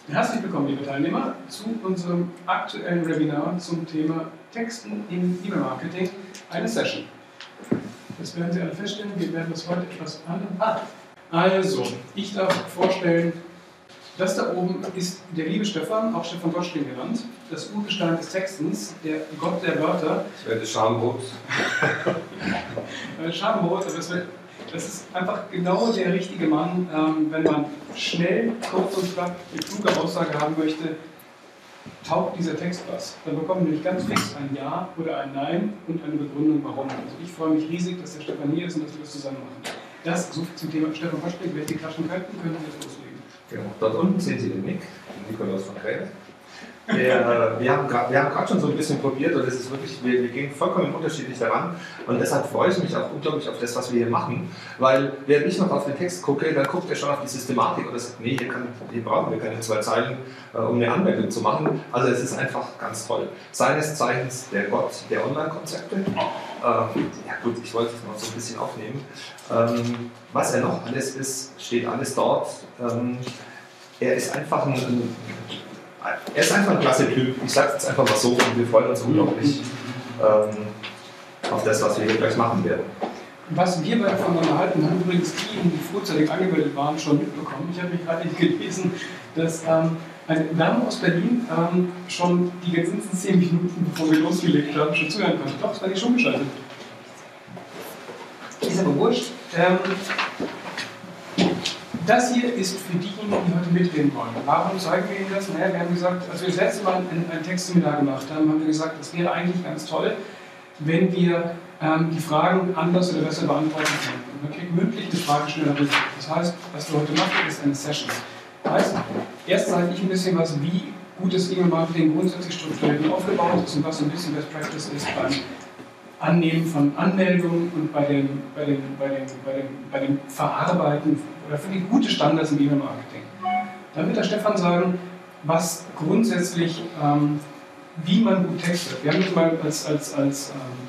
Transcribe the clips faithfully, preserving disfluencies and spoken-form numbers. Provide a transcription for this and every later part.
Herzlich willkommen, liebe Teilnehmer, zu unserem aktuellen Webinar zum Thema Texten im E-Mail-Marketing, eine Session. Das werden Sie alle feststellen, wir werden das heute etwas anders. Ah, also, ich darf vorstellen, das da oben ist der liebe Stefan, auch Stefan Gottschling genannt, das Urgestein des Textens, der Gott der Wörter. Ich werde Schamrot. Schamrot, aber das wird. Das ist einfach genau der richtige Mann, ähm, wenn man schnell, kurz und knapp eine kluge Aussage haben möchte, taugt dieser Text was. Dann bekommen wir nämlich ganz fix ein Ja oder ein Nein und eine Begründung, warum. Also ich freue mich riesig, dass der Stefan hier ist und dass wir das zusammen machen. Das so viel zum Thema Stefan Gottschling. Wer die klatschen könnten, können wir jetzt loslegen. Genau. Dort unten sehen Sie den Nick, den Nikolaus von Krähe. Der, wir haben gerade schon so ein bisschen probiert und es ist wirklich, wir, wir gehen vollkommen unterschiedlich daran und deshalb freue ich mich auch unglaublich auf das, was wir hier machen, weil während ich noch auf den Text gucke, dann guckt er schon auf die Systematik und sagt, nee, hier, kann, hier brauchen wir keine zwei Zeilen, äh, um eine Anmeldung zu machen. Also es ist einfach ganz toll. Seines Zeichens der Gott der Online-Konzepte. Ähm, ja gut, ich wollte es noch so ein bisschen aufnehmen. Ähm, was er noch alles ist, steht alles dort. Ähm, er ist einfach ein, ein Er ist einfach ein klasse Typ, ich sage es jetzt einfach mal so und wir freuen uns unglaublich ähm, auf das, was wir hier gleich machen werden. Was wir beide voneinander halten, haben übrigens die, die frühzeitig angemeldet waren, schon mitbekommen. Ich habe mich gerade gelesen, dass ähm, eine Dame aus Berlin ähm, schon die ganzen zehn Minuten, bevor wir losgelegt haben, schon zuhören konnte. Doch, das war nicht schon geschaltet. Ist aber wurscht. Ähm, Das hier ist für diejenigen, die heute mitreden wollen. Warum zeigen wir Ihnen das? Naja, wir haben gesagt, als wir das letzte Mal ein, ein Textseminar gemacht haben, haben wir gesagt, es wäre eigentlich ganz toll, wenn wir ähm, die Fragen anders oder besser beantworten können. Und man kriegt mündlich eine Frage schneller durch. Das heißt, was wir heute machen, ist eine Session. Das heißt, erst sage ich ein bisschen was, wie gutes E-Mail-Marketing grundsätzlich strukturiert und aufgebaut ist und was so ein bisschen Best Practice ist beim Annehmen von Anmeldungen und bei dem, bei dem, bei dem, bei dem, bei dem Verarbeiten oder für die gute Standards im E-Mail-Marketing. Dann wird der Stefan sagen, was grundsätzlich, ähm, wie man gut textet. Wir haben jetzt mal als, als, als,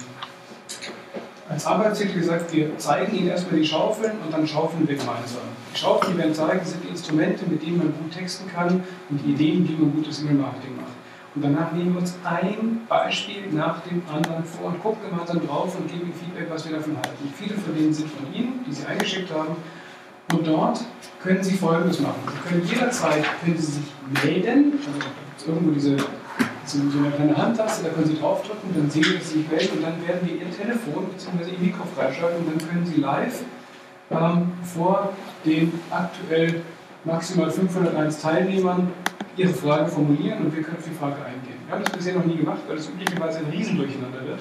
ähm, als Arbeitstitel gesagt, wir zeigen Ihnen erstmal die Schaufeln und dann schaufeln wir gemeinsam. Die Schaufeln, die wir Ihnen zeigen, sind die Instrumente, mit denen man gut texten kann und die Ideen, wie man gutes E-Mail-Marketing macht. Und danach nehmen wir uns ein Beispiel nach dem anderen vor und gucken gemeinsam drauf und geben Feedback, was wir davon halten. Viele von denen sind von Ihnen, die Sie eingeschickt haben. Und dort können Sie Folgendes machen. Sie können jederzeit können Sie sich melden. Also da gibt es irgendwo diese, diese, so eine kleine Handtaste, da können Sie draufdrücken, dann sehen Sie, dass Sie sich melden und dann werden wir Ihr Telefon bzw. Ihr Mikro freischalten und dann können Sie live ähm, vor den aktuell maximal fünfhunderteins Teilnehmern Ihre Frage formulieren und wir können auf die Frage eingehen. Wir haben das bisher noch nie gemacht, weil es üblicherweise ein Riesendurcheinander wird.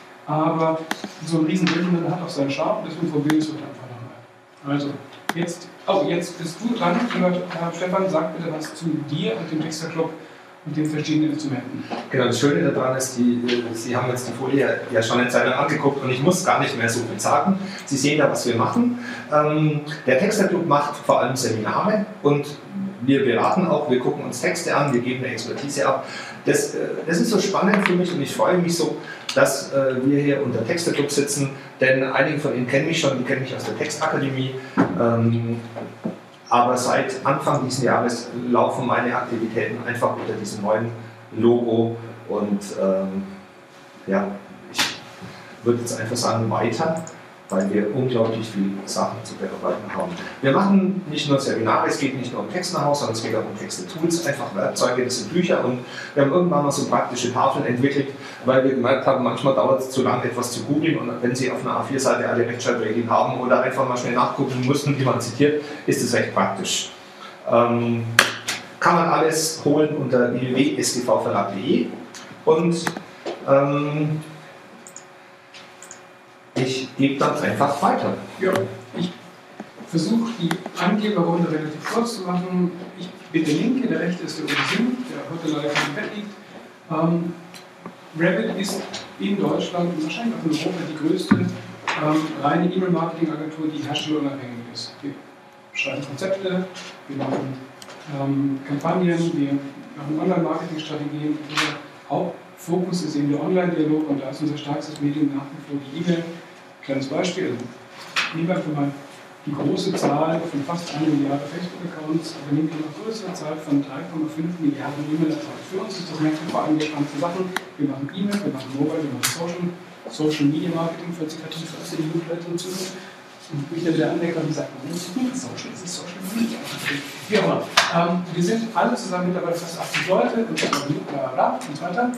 Aber so ein Riesendurcheinander hat auch seinen Charme, deswegen probieren wir es heute einfach nochmal. Also, jetzt, oh, jetzt bist du dran, lieber Herr Stefan, sag bitte was zu dir und dem Texter-Club und den verschiedenen Instrumenten. Genau, das Schöne daran ist, die, Sie haben jetzt die Folie ja schon eine Zeit lang angeguckt und ich muss gar nicht mehr so viel sagen. Sie sehen da, was wir machen. Ähm, der Texter-Club macht vor allem Seminare und wir beraten auch, wir gucken uns Texte an, wir geben eine Expertise ab. Das, das ist so spannend für mich und ich freue mich so, dass äh, wir hier unter Texter-Club sitzen, denn einige von Ihnen kennen mich schon, die kennen mich aus der Textakademie. Ähm, aber seit Anfang dieses Jahres laufen meine Aktivitäten einfach unter diesem neuen Logo und ähm, ja, ich würde jetzt einfach sagen, weiter, weil wir unglaublich viele Sachen zu bearbeiten haben. Wir machen nicht nur Seminare, es geht nicht nur um Text nach Hause, sondern es geht auch um Texte-Tools, einfach Werkzeuge, das sind Bücher und wir haben irgendwann mal so praktische Tafeln entwickelt, weil wir gemerkt haben, manchmal dauert es zu lange, etwas zu googeln und wenn Sie auf einer A vier Seite alle Rechtschreibregeln haben oder einfach mal schnell nachgucken müssen, wie man zitiert, ist es recht praktisch. Ähm, kann man alles holen unter w w w punkt s g v verlag punkt de und ähm, ich gebe dann einfach weiter. Ja, ich versuche die Angeberrunde relativ kurz zu machen. Ich bin der Linke, der Rechte ist der Ursinn, der heute leider im Bett liegt. Ähm, Rabbit ist in Deutschland und wahrscheinlich auch in Europa die größte ähm, reine E-Mail-Marketing-Agentur, die herstellerunabhängig ist. Wir schreiben Konzepte, wir machen ähm, Kampagnen, wir machen Online-Marketing-Strategien. Unser Hauptfokus ist eben der Online-Dialog und da ist unser stärkstes Medium nach wie vor die E-Mail. Kleines Beispiel, also, nehmen wir einfach mal die große Zahl von fast einer Milliarde Facebook-Accounts, aber nehmen wir eine größere Zahl von drei Komma fünf Milliarden E-Mail-Accounts. Für uns ist das merkt vor allem die spannendsten Sachen. Wir machen E-Mail, wir machen Mobile, wir machen Social, Social Media Marketing, für sich natürlich aus den Newslettern zu. Und ich dann wieder andenke und sage, das ist nicht Social, das ist Social Media. Wie auch immer. Ähm, wir sind alle zusammen mittlerweile fast achtzig Leute und bla bla und so weiter.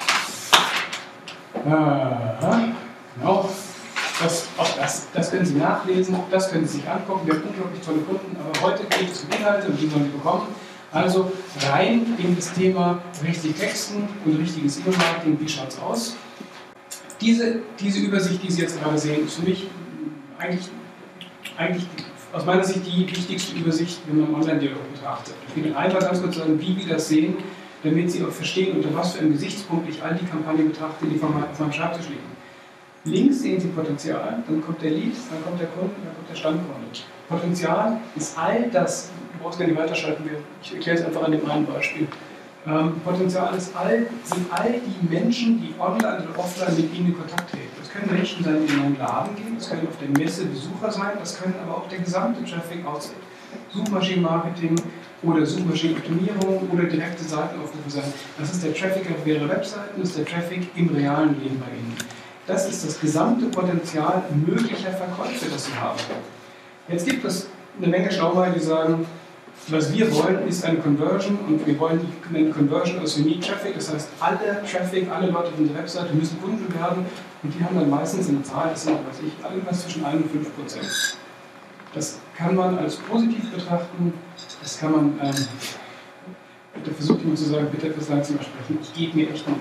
Äh, genau. Das, auch das, das können Sie nachlesen, das können Sie sich angucken. Wir haben unglaublich tolle Kunden, aber heute geht es um Inhalte und die sollen Sie bekommen. Also rein in das Thema richtig texten und richtiges E-Mail-Marketing. Wie schaut es aus? Diese, diese Übersicht, die Sie jetzt gerade sehen, ist für mich eigentlich, eigentlich aus meiner Sicht die wichtigste Übersicht, wenn man Online-Dialog betrachtet. Ich will einfach ganz kurz sagen, wie wir das sehen, damit Sie auch verstehen, unter was für einem Gesichtspunkt ich all die Kampagnen betrachte, die von meinem, auf meinem Schreibtisch liegen. Links sehen Sie Potenzial, dann kommt der Lead, dann kommt der Kunde, dann kommt der Stammkunde. Potenzial ist all das, du brauchst gar nicht weiterschalten, ich erkläre es einfach an dem einen Beispiel. Ähm, Potenzial ist all, sind all die Menschen, die online oder offline mit Ihnen in Kontakt treten. Das können Menschen sein, die in einen Laden gehen, das können auf der Messe Besucher sein, das können aber auch der gesamte Traffic aus Suchmaschinenmarketing oder Suchmaschinenoptimierung oder direkte Seitenaufrufe sein. Das ist der Traffic auf Ihre Webseiten, das ist der Traffic im realen Leben bei Ihnen. Das ist das gesamte Potenzial möglicher Verkäufe, das Sie haben. Jetzt gibt es eine Menge Schlaumeier, die sagen, was wir wollen, ist eine Conversion und wir wollen eine Conversion aus Unique Traffic. Das heißt, alle Traffic, alle Leute auf unserer Webseite müssen Kunden werden und die haben dann meistens eine Zahl, das sind, weiß ich, irgendwas zwischen ein und fünf Prozent. Das kann man als positiv betrachten, das kann man, ähm, bitte versucht jemand zu sagen, bitte etwas langsam sprechen, ich gebe mir echt Mühe.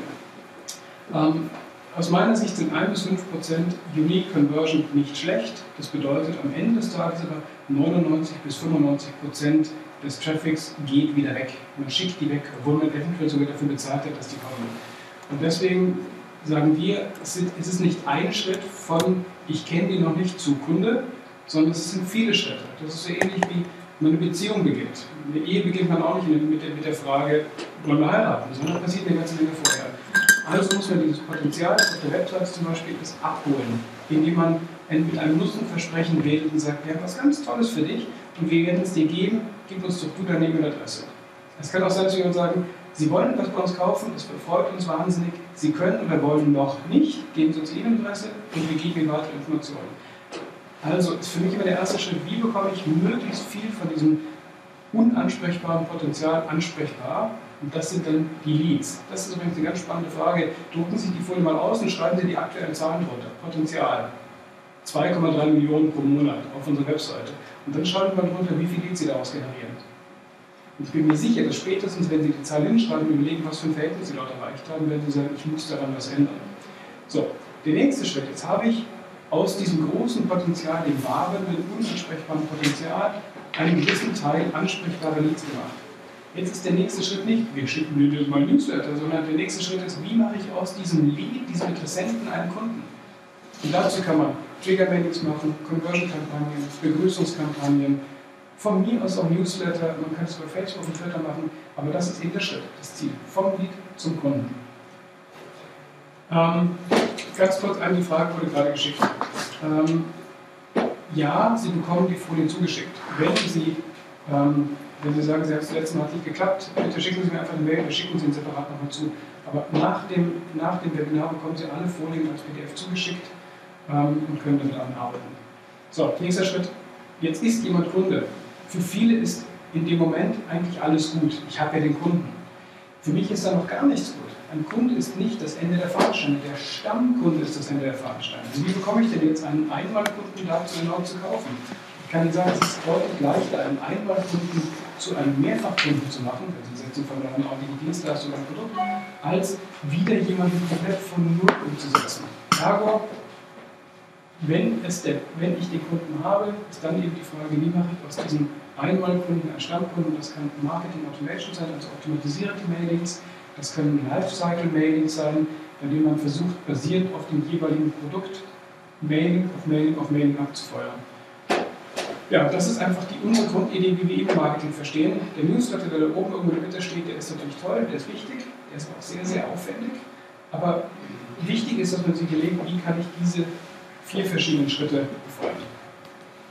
Ähm, Aus meiner Sicht sind ein bis fünf Prozent Unique Conversion nicht schlecht. Das bedeutet am Ende des Tages aber neunundneunzig bis fünfundneunzig Prozent des Traffics geht wieder weg. Man schickt die weg, obwohl man eventuell sogar dafür bezahlt hat, dass die kommen. Und deswegen sagen wir, es ist nicht ein Schritt von ich kenne die noch nicht zu Kunde, sondern es sind viele Schritte. Das ist so ähnlich wie man eine Beziehung beginnt. Eine Ehe beginnt man auch nicht mit der, mit der Frage, wollen wir heiraten, sondern passiert eine ganze Menge vorher. Also muss man dieses Potenzial, das auf der Website zum Beispiel ist, abholen, indem man mit einem Nutzenversprechen wählt und sagt, wir haben was ganz Tolles für dich und wir werden es dir geben, gib uns doch du deine E-Mail-Adresse. Es kann auch sein, dass wir sagen, Sie wollen etwas bei uns kaufen, das freut uns wahnsinnig, Sie können oder wollen noch nicht, geben Sie uns die E-Mail-Adresse und wir geben Ihnen weitere Informationen. Also ist für mich immer der erste Schritt, wie bekomme ich möglichst viel von diesem unansprechbaren Potenzial ansprechbar. Und das sind dann die Leads. Das ist übrigens eine ganz spannende Frage. Drucken Sie die Folie mal aus und schreiben Sie die aktuellen Zahlen drunter. Potenzial. zwei Komma drei Millionen pro Monat auf unserer Webseite. Und dann schreiben wir drunter, wie viele Leads Sie daraus generieren. Und ich bin mir sicher, dass spätestens, wenn Sie die Zahl hinschreiben und überlegen, was für ein Verhältnis Sie dort erreicht haben, werden Sie sagen, ich muss daran was ändern. So, der nächste Schritt. Jetzt habe ich aus diesem großen Potenzial, dem wahren, dem unansprechbaren Potenzial, einen gewissen Teil ansprechbarer Leads gemacht. Jetzt ist der nächste Schritt nicht, wir schicken dir jetzt mal ein Newsletter, sondern der nächste Schritt ist, wie mache ich aus diesem Lead, diesem Interessenten, einen Kunden? Und dazu kann man Trigger-Mailings machen, Conversion-Kampagnen, Begrüßungskampagnen, von mir aus auch Newsletter, man kann es bei Facebook und Twitter machen, aber das ist eben der Schritt, das Ziel, vom Lead zum Kunden. Ähm, ganz kurz an die Frage, wurde gerade geschickt. Ähm, ja, Sie bekommen die Folien zugeschickt. Wenn Sie ähm, Wenn Sie sagen, Sie haben es das letzte Mal nicht geklappt, bitte schicken Sie mir einfach eine Mail, wir schicken Sie ihn separat nochmal zu. Aber nach dem, nach dem Webinar bekommen Sie alle Folien als P D F zugeschickt ähm, und können damit arbeiten. So, nächster Schritt. Jetzt ist jemand Kunde. Für viele ist in dem Moment eigentlich alles gut. Ich habe ja den Kunden. Für mich ist da noch gar nichts gut. Ein Kunde ist nicht das Ende der Fahnenstange. Der Stammkunde ist das Ende der Fahnenstange. Also wie bekomme ich denn jetzt einen Einmalkunden dazu, genau zu kaufen? Ich kann Ihnen sagen, es ist deutlich leichter, einen Einmalkunden zu einem Mehrfachkunden zu machen, wenn Sie setzen von einer ordentlichen Dienstleistung oder Produkt, als wieder jemanden komplett von Null umzusetzen. Ergo, wenn, es der, wenn ich den Kunden habe, ist dann eben die Frage, wie mache ich aus diesem Einmalkunden einen Stammkunden? Das kann Marketing Automation sein, also automatisierte Mailings, das können Lifecycle-Mailings sein, bei denen man versucht, basierend auf dem jeweiligen Produkt Mailing auf Mailing auf Mailing abzufeuern. Ja, das ist einfach die, unsere Grundidee, wie wir E-Mail-Marketing verstehen. Der Newsletter, der da oben irgendwo in der Mitte steht, der ist natürlich toll, der ist wichtig, der ist auch sehr, sehr aufwendig. Aber wichtig ist, dass man sich überlegt, wie kann ich diese vier verschiedenen Schritte befolgen.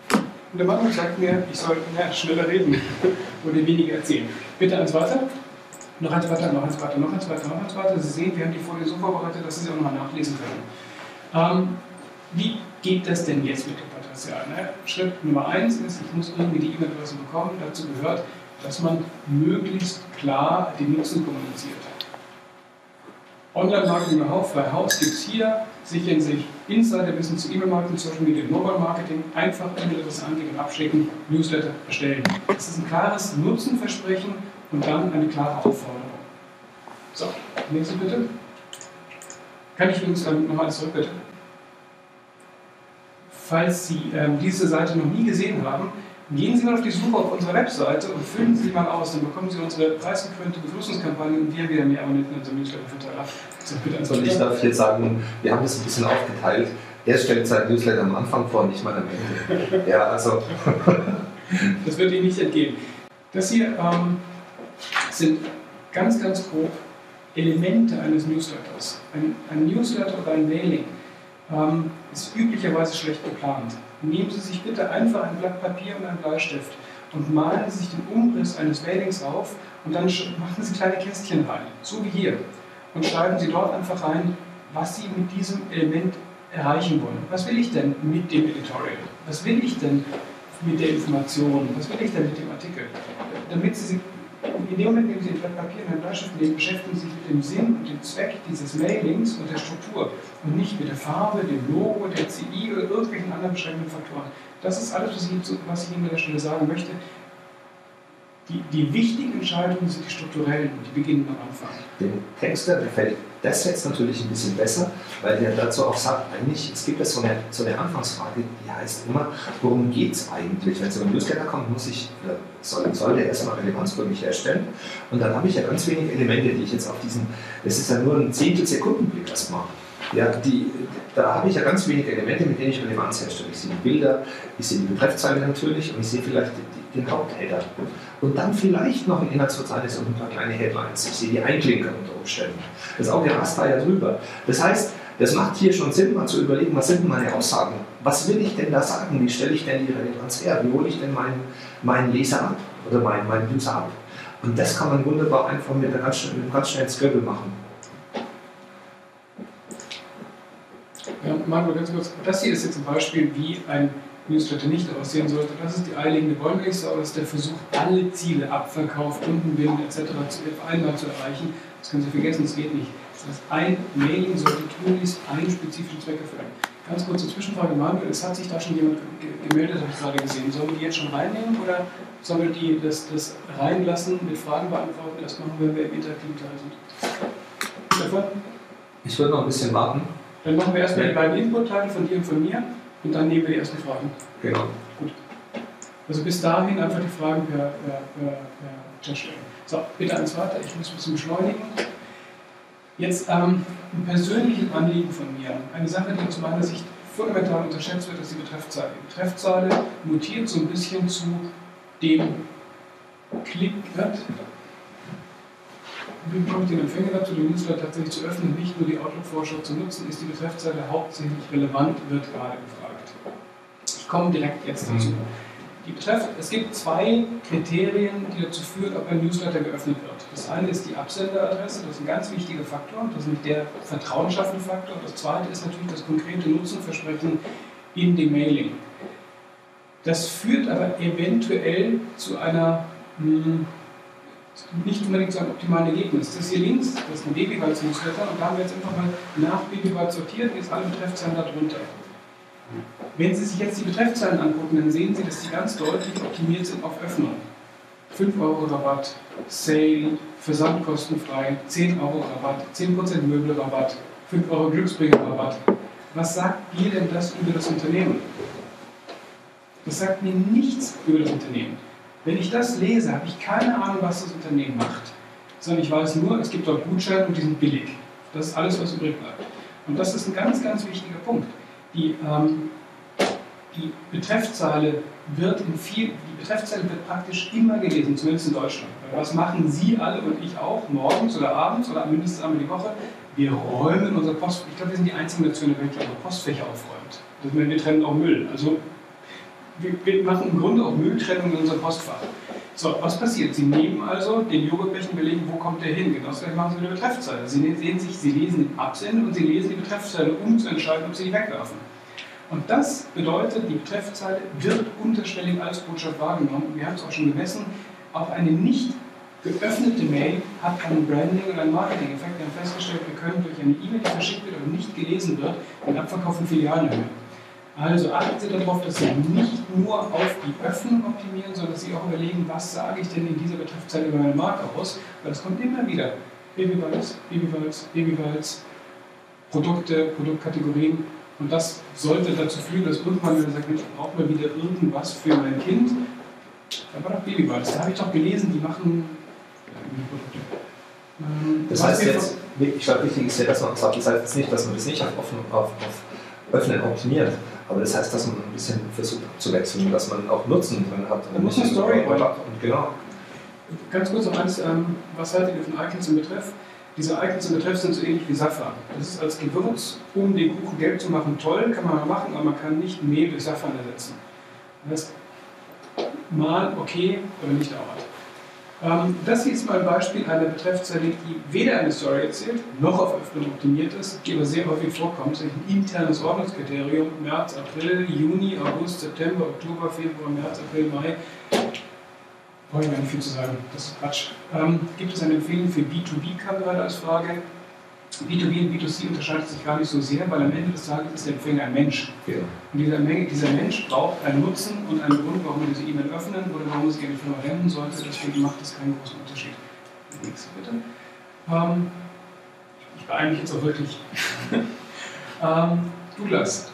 Und der Mann sagt mir, ich soll ja, schneller reden oder weniger erzählen. Bitte eins weiter. Noch eins weiter, noch eins weiter, noch eins weiter, noch eins weiter. Sie sehen, wir haben die Folie so vorbereitet, dass Sie sie auch nochmal nachlesen können. Ähm, wie geht das denn jetzt mit dem Potenzial? Ne? Schritt Nummer eins ist, ich muss irgendwie die E-Mail-Adresse bekommen. Dazu gehört, dass man möglichst klar den Nutzen kommuniziert. Online-Marketing bei Haus gibt es hier, sichern sich Insider-Wissen zu E-Mail-Marketing, Social Media und Mobile-Marketing, einfach E-Mail-Adresse angeben, abschicken, Newsletter erstellen. Das ist ein klares Nutzenversprechen und dann eine klare Aufforderung. So, nächste bitte. Kann ich übrigens ähm, nochmal zurück, bitte? Falls Sie ähm, diese Seite noch nie gesehen haben, gehen Sie mal auf die Suche auf unserer Webseite und füllen Sie mal aus, dann bekommen Sie unsere preisgekrönte Begrüßungskampagne und wir wieder mehr Abonnenten in unserem Newsletter-Verteiler. So, und ich darf jetzt sagen, wir haben das ein bisschen aufgeteilt. Er stellt sein Newsletter am Anfang vor, nicht mal am Ende. Ja, also. Das wird Ihnen nicht entgehen. Das hier ähm, sind ganz, ganz grob Elemente eines Newsletters. Ein, ein Newsletter oder ein Mailing ähm, ist üblicherweise schlecht geplant. Nehmen Sie sich bitte einfach ein Blatt Papier und einen Bleistift und malen Sie sich den Umriss eines Mailings auf und dann machen Sie kleine Kästchen rein, so wie hier. Und schreiben Sie dort einfach rein, was Sie mit diesem Element erreichen wollen. Was will ich denn mit dem Editorial? Was will ich denn mit der Information? Was will ich denn mit dem Artikel? Damit Sie sich in dem Moment, in dem Sie ein Blatt Papier und einen Bleistift nehmen, beschäftigen Sie sich mit dem Sinn und dem Zweck dieses Mailings und der Struktur und nicht mit der Farbe, dem Logo, der C I oder irgendwelchen anderen beschränkenden Faktoren. Das ist alles, was ich, was ich Ihnen an der Stelle sagen möchte. Die, die wichtigen Entscheidungen sind die strukturellen und die beginnen am Anfang. Dem Texter gefällt das jetzt natürlich ein bisschen besser, weil der dazu auch sagt, eigentlich, es gibt ja so eine, so eine Anfangsfrage, die heißt immer, worum geht es eigentlich? Wenn so ein Newsletter kommt, muss ich, soll, soll der erstmal Relevanz für mich herstellen. Und dann habe ich ja ganz wenige Elemente, die ich jetzt auf diesen, das ist ja nur ein Zehntelsekundenblick erstmal. Ja, die, da habe ich ja ganz wenige Elemente, mit denen ich Relevanz herstelle. Ich sehe die Bilder, ich sehe die Betreffzeile natürlich und ich sehe vielleicht den, den Hauptheader. Und dann vielleicht noch ein Inhaltsverzeichnis und ein paar kleine Headlines. Ich sehe die Einklinker unter Umständen. Das Auge rast da ja drüber. Das heißt, das macht hier schon Sinn, mal zu überlegen, was sind denn meine Aussagen? Was will ich denn da sagen? Wie stelle ich denn die Relevanz her? Wie hole ich denn meinen, meinen Leser ab oder meinen, meinen User ab? Und das kann man wunderbar einfach mit einem ganz, mit einem ganz schnellen Scribble machen. Ja, Marco, ganz kurz. Das hier ist jetzt ein Beispiel, wie ein Newsletter nicht aussehen sollte. Das ist die eierlegende Wollmilchsau, das ist der Versuch, alle Ziele, Abverkauf, Kundenbindung et cetera auf einmal zu erreichen. Das können Sie vergessen, das geht nicht. Das heißt, ein Mailing sollte tunlichst einen spezifischen Zweck erfüllen. Ganz kurze Zwischenfrage, Manuel, es hat sich da schon jemand gemeldet, habe ich gerade gesehen. Sollen wir die jetzt schon reinnehmen oder sollen wir die, das, das reinlassen, mit Fragen beantworten? Das machen wir, wenn wir im interaktiven Teil sind. Stefan? Ich würde noch ein bisschen warten. Dann machen wir erstmal die beiden Input-Teile von dir und von mir und dann nehmen wir die ersten Fragen. Genau. Gut. Also bis dahin einfach die Fragen per, per, per, per Chat stellen. So, bitte eins weiter, ich muss ein bisschen beschleunigen. Jetzt ähm, ein persönliches Anliegen von mir. Eine Sache, die aus meiner Sicht fundamental unterschätzt wird, ist die Betreffzeile. Die Betreffzeile mutiert so ein bisschen zu dem Klick. Wie bekomme ich den Empfänger dazu, den Newsletter tatsächlich zu öffnen, nicht nur die Outlook-Vorschau zu nutzen, ist die Betreffzeile hauptsächlich relevant, wird gerade gefragt. Ich komme direkt jetzt dazu. Die Betreff, es gibt zwei Kriterien, die dazu führen, ob ein Newsletter geöffnet wird. Das eine ist die Absenderadresse, das ist ein ganz wichtiger Faktor, das ist nicht der vertrauensschaffende Faktor. Das zweite ist natürlich das konkrete Nutzenversprechen in dem Mailing. Das führt aber eventuell zu einer mh, nicht unbedingt zu einem optimalen Ergebnis. Das hier links, das ist ein Babybytes-Newsletter und da haben wir jetzt einfach mal nach Babybytes sortiert und jetzt alle Betreffzeilen darunter. Wenn Sie sich jetzt die Betreffzeilen angucken, dann sehen Sie, dass die ganz deutlich optimiert sind auf Öffnung. fünf Euro Rabatt, Sale, Versand kostenfrei, zehn Euro Rabatt, zehn Prozent Möbelrabatt, fünf Euro Glücksbringer-Rabatt. Was sagt mir denn das über das Unternehmen? Das sagt mir nichts über das Unternehmen. Wenn ich das lese, habe ich keine Ahnung, was das Unternehmen macht, sondern ich weiß nur, es gibt dort Gutscheine und die sind billig. Das ist alles, was übrig bleibt. Und das ist ein ganz, ganz wichtiger Punkt. Die, ähm, die Betreffzeile wird in viel, die Betreffzeile wird praktisch immer gelesen, zumindest in Deutschland. Weil was machen Sie alle und ich auch, morgens oder abends oder mindestens einmal die Woche? Wir räumen unser Postfach. Ich glaube, wir sind die einzigen Nation der Welt, die ihre Postfächer aufräumt. Das heißt, wir trennen auch Müll. Also wir, wir machen im Grunde auch Mülltrennung in unserem Postfach. So, was passiert? Sie nehmen also den Joghurtbecher und überlegen, wo kommt der hin? Genauso machen Sie eine Betreffzeile. Sie, sehen sich, Sie lesen den Absender und Sie lesen die Betreffzeile, um zu entscheiden, ob Sie die wegwerfen. Und das bedeutet, die Betreffzeile wird unterschwellig als Botschaft wahrgenommen. Und wir haben es auch schon gemessen, auch eine nicht geöffnete Mail hat einen Branding- oder einen Marketing-Effekt. Wir haben festgestellt, wir können durch eine E-Mail, die verschickt wird und nicht gelesen wird, den Abverkauf von Filialen erhöhen. Also achten Sie darauf, dass Sie nicht nur auf die Öffnung optimieren, sondern dass Sie auch überlegen, was sage ich denn in dieser Betreffzeile über meine Marke aus, weil es kommt immer wieder. Babywalz, Babywalz, Babywalz, Produkte, Produktkategorien. Und das sollte dazu führen, dass irgendwann, wenn man sagt, Mensch, ich brauche mal wieder irgendwas für mein Kind, da war doch Babywalz, da habe ich doch gelesen, die machen ähm, das heißt jetzt, ich glaube, wichtig ist ja, dass man sagt, das heißt jetzt nicht, dass man das nicht auf, offen, auf, auf Öffnen optimiert, aber das heißt, dass man ein bisschen versucht abzuwechseln, dass man auch Nutzen drin hat. Da muss eine Story und genau. Ganz kurz noch eins, ähm, was haltet ihr von Icons im Betreff? Diese Icons im Betreff sind so ähnlich wie Safran. Das ist als Gewürz, um den Kuchen gelb zu machen, toll, kann man mal machen, aber man kann nicht Mehl durch Safran ersetzen. Das heißt, mal okay, aber nicht dauernd. Ähm, das hier ist mal ein Beispiel einer Betreffzeile, die weder eine Story erzählt, noch auf Öffnung optimiert ist, die aber sehr häufig vorkommt. Das ist ein internes Ordnungskriterium, März, April, Juni, August, September, Oktober, Februar, März, April, Mai. Brauche ich gar nicht viel zu sagen, das ist Quatsch. Ähm, gibt es eine Empfehlung für B zwei B, kam gerade als Frage. B zwei B und B zwei C unterscheidet sich gar nicht so sehr, weil am Ende des Tages ist der Empfänger ein Mensch. Ja. Und dieser, dieser Mensch braucht einen Nutzen und einen Grund, warum er diese E-Mail öffnen oder warum er sich an die Firma wenden sollte. Deswegen macht das keinen großen Unterschied. Nächste bitte. Ähm, ich beeile mich jetzt auch wirklich. ähm, Douglas.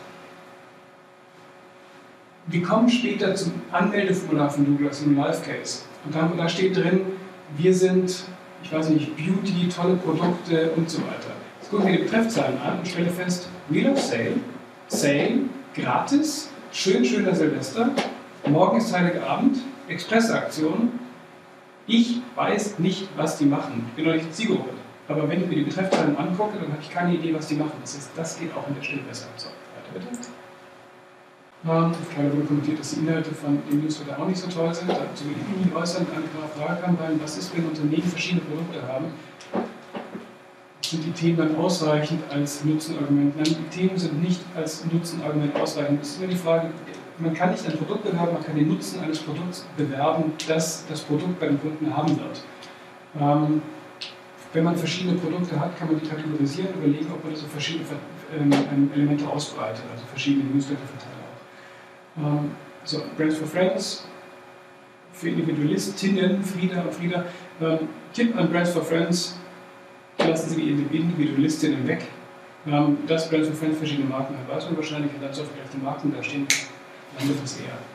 Wir kommen später zum Anmeldeformular von Douglas im Live-Case. Und da, da steht drin, wir sind, ich weiß nicht, Beauty, tolle Produkte und so weiter. Jetzt gucken wir die Betreffzahlen an und stellen fest, Wheel of Sale, Sale, gratis, schön, schöner Silvester, morgen ist Heiligabend, Expressaktion. Ich weiß nicht, was die machen. Ich bin noch nicht Zielgruppe. Aber wenn ich mir die Betreffzahlen angucke, dann habe ich keine Idee, was die machen. Das heißt, das geht auch in der Stelle besser. So, weiter bitte. Ähm, Gerade wurde kommentiert, dass die Inhalte von dem Newsletter auch nicht so toll sind. Dazu will ich mich nicht äußern. Eine klare Frage kam rein, was ist, wenn Unternehmen verschiedene Produkte haben? Sind die Themen dann ausreichend als Nutzenargument? Nein, die Themen sind nicht als Nutzenargument ausreichend. Es ist immer die Frage, man kann nicht ein Produkt bewerben, man kann den Nutzen eines Produkts bewerben, das das Produkt bei den Kunden haben wird. Ähm, wenn man verschiedene Produkte hat, kann man die kategorisieren und überlegen, ob man das auf verschiedene ähm, Elemente ausbreitet, also verschiedene Newsletter-Verteiler auch. Ähm, so, Brands for Friends, für Individualistinnen, Frieda und Frieda. Ähm, Tipp an Brands for Friends, lassen Sie die Individualistinnen weg. Ähm, dass Brands for Friends verschiedene Marken hat, weiß man wahrscheinlich, und dann soll vielleicht die Marken da stehen, dann wird es eher.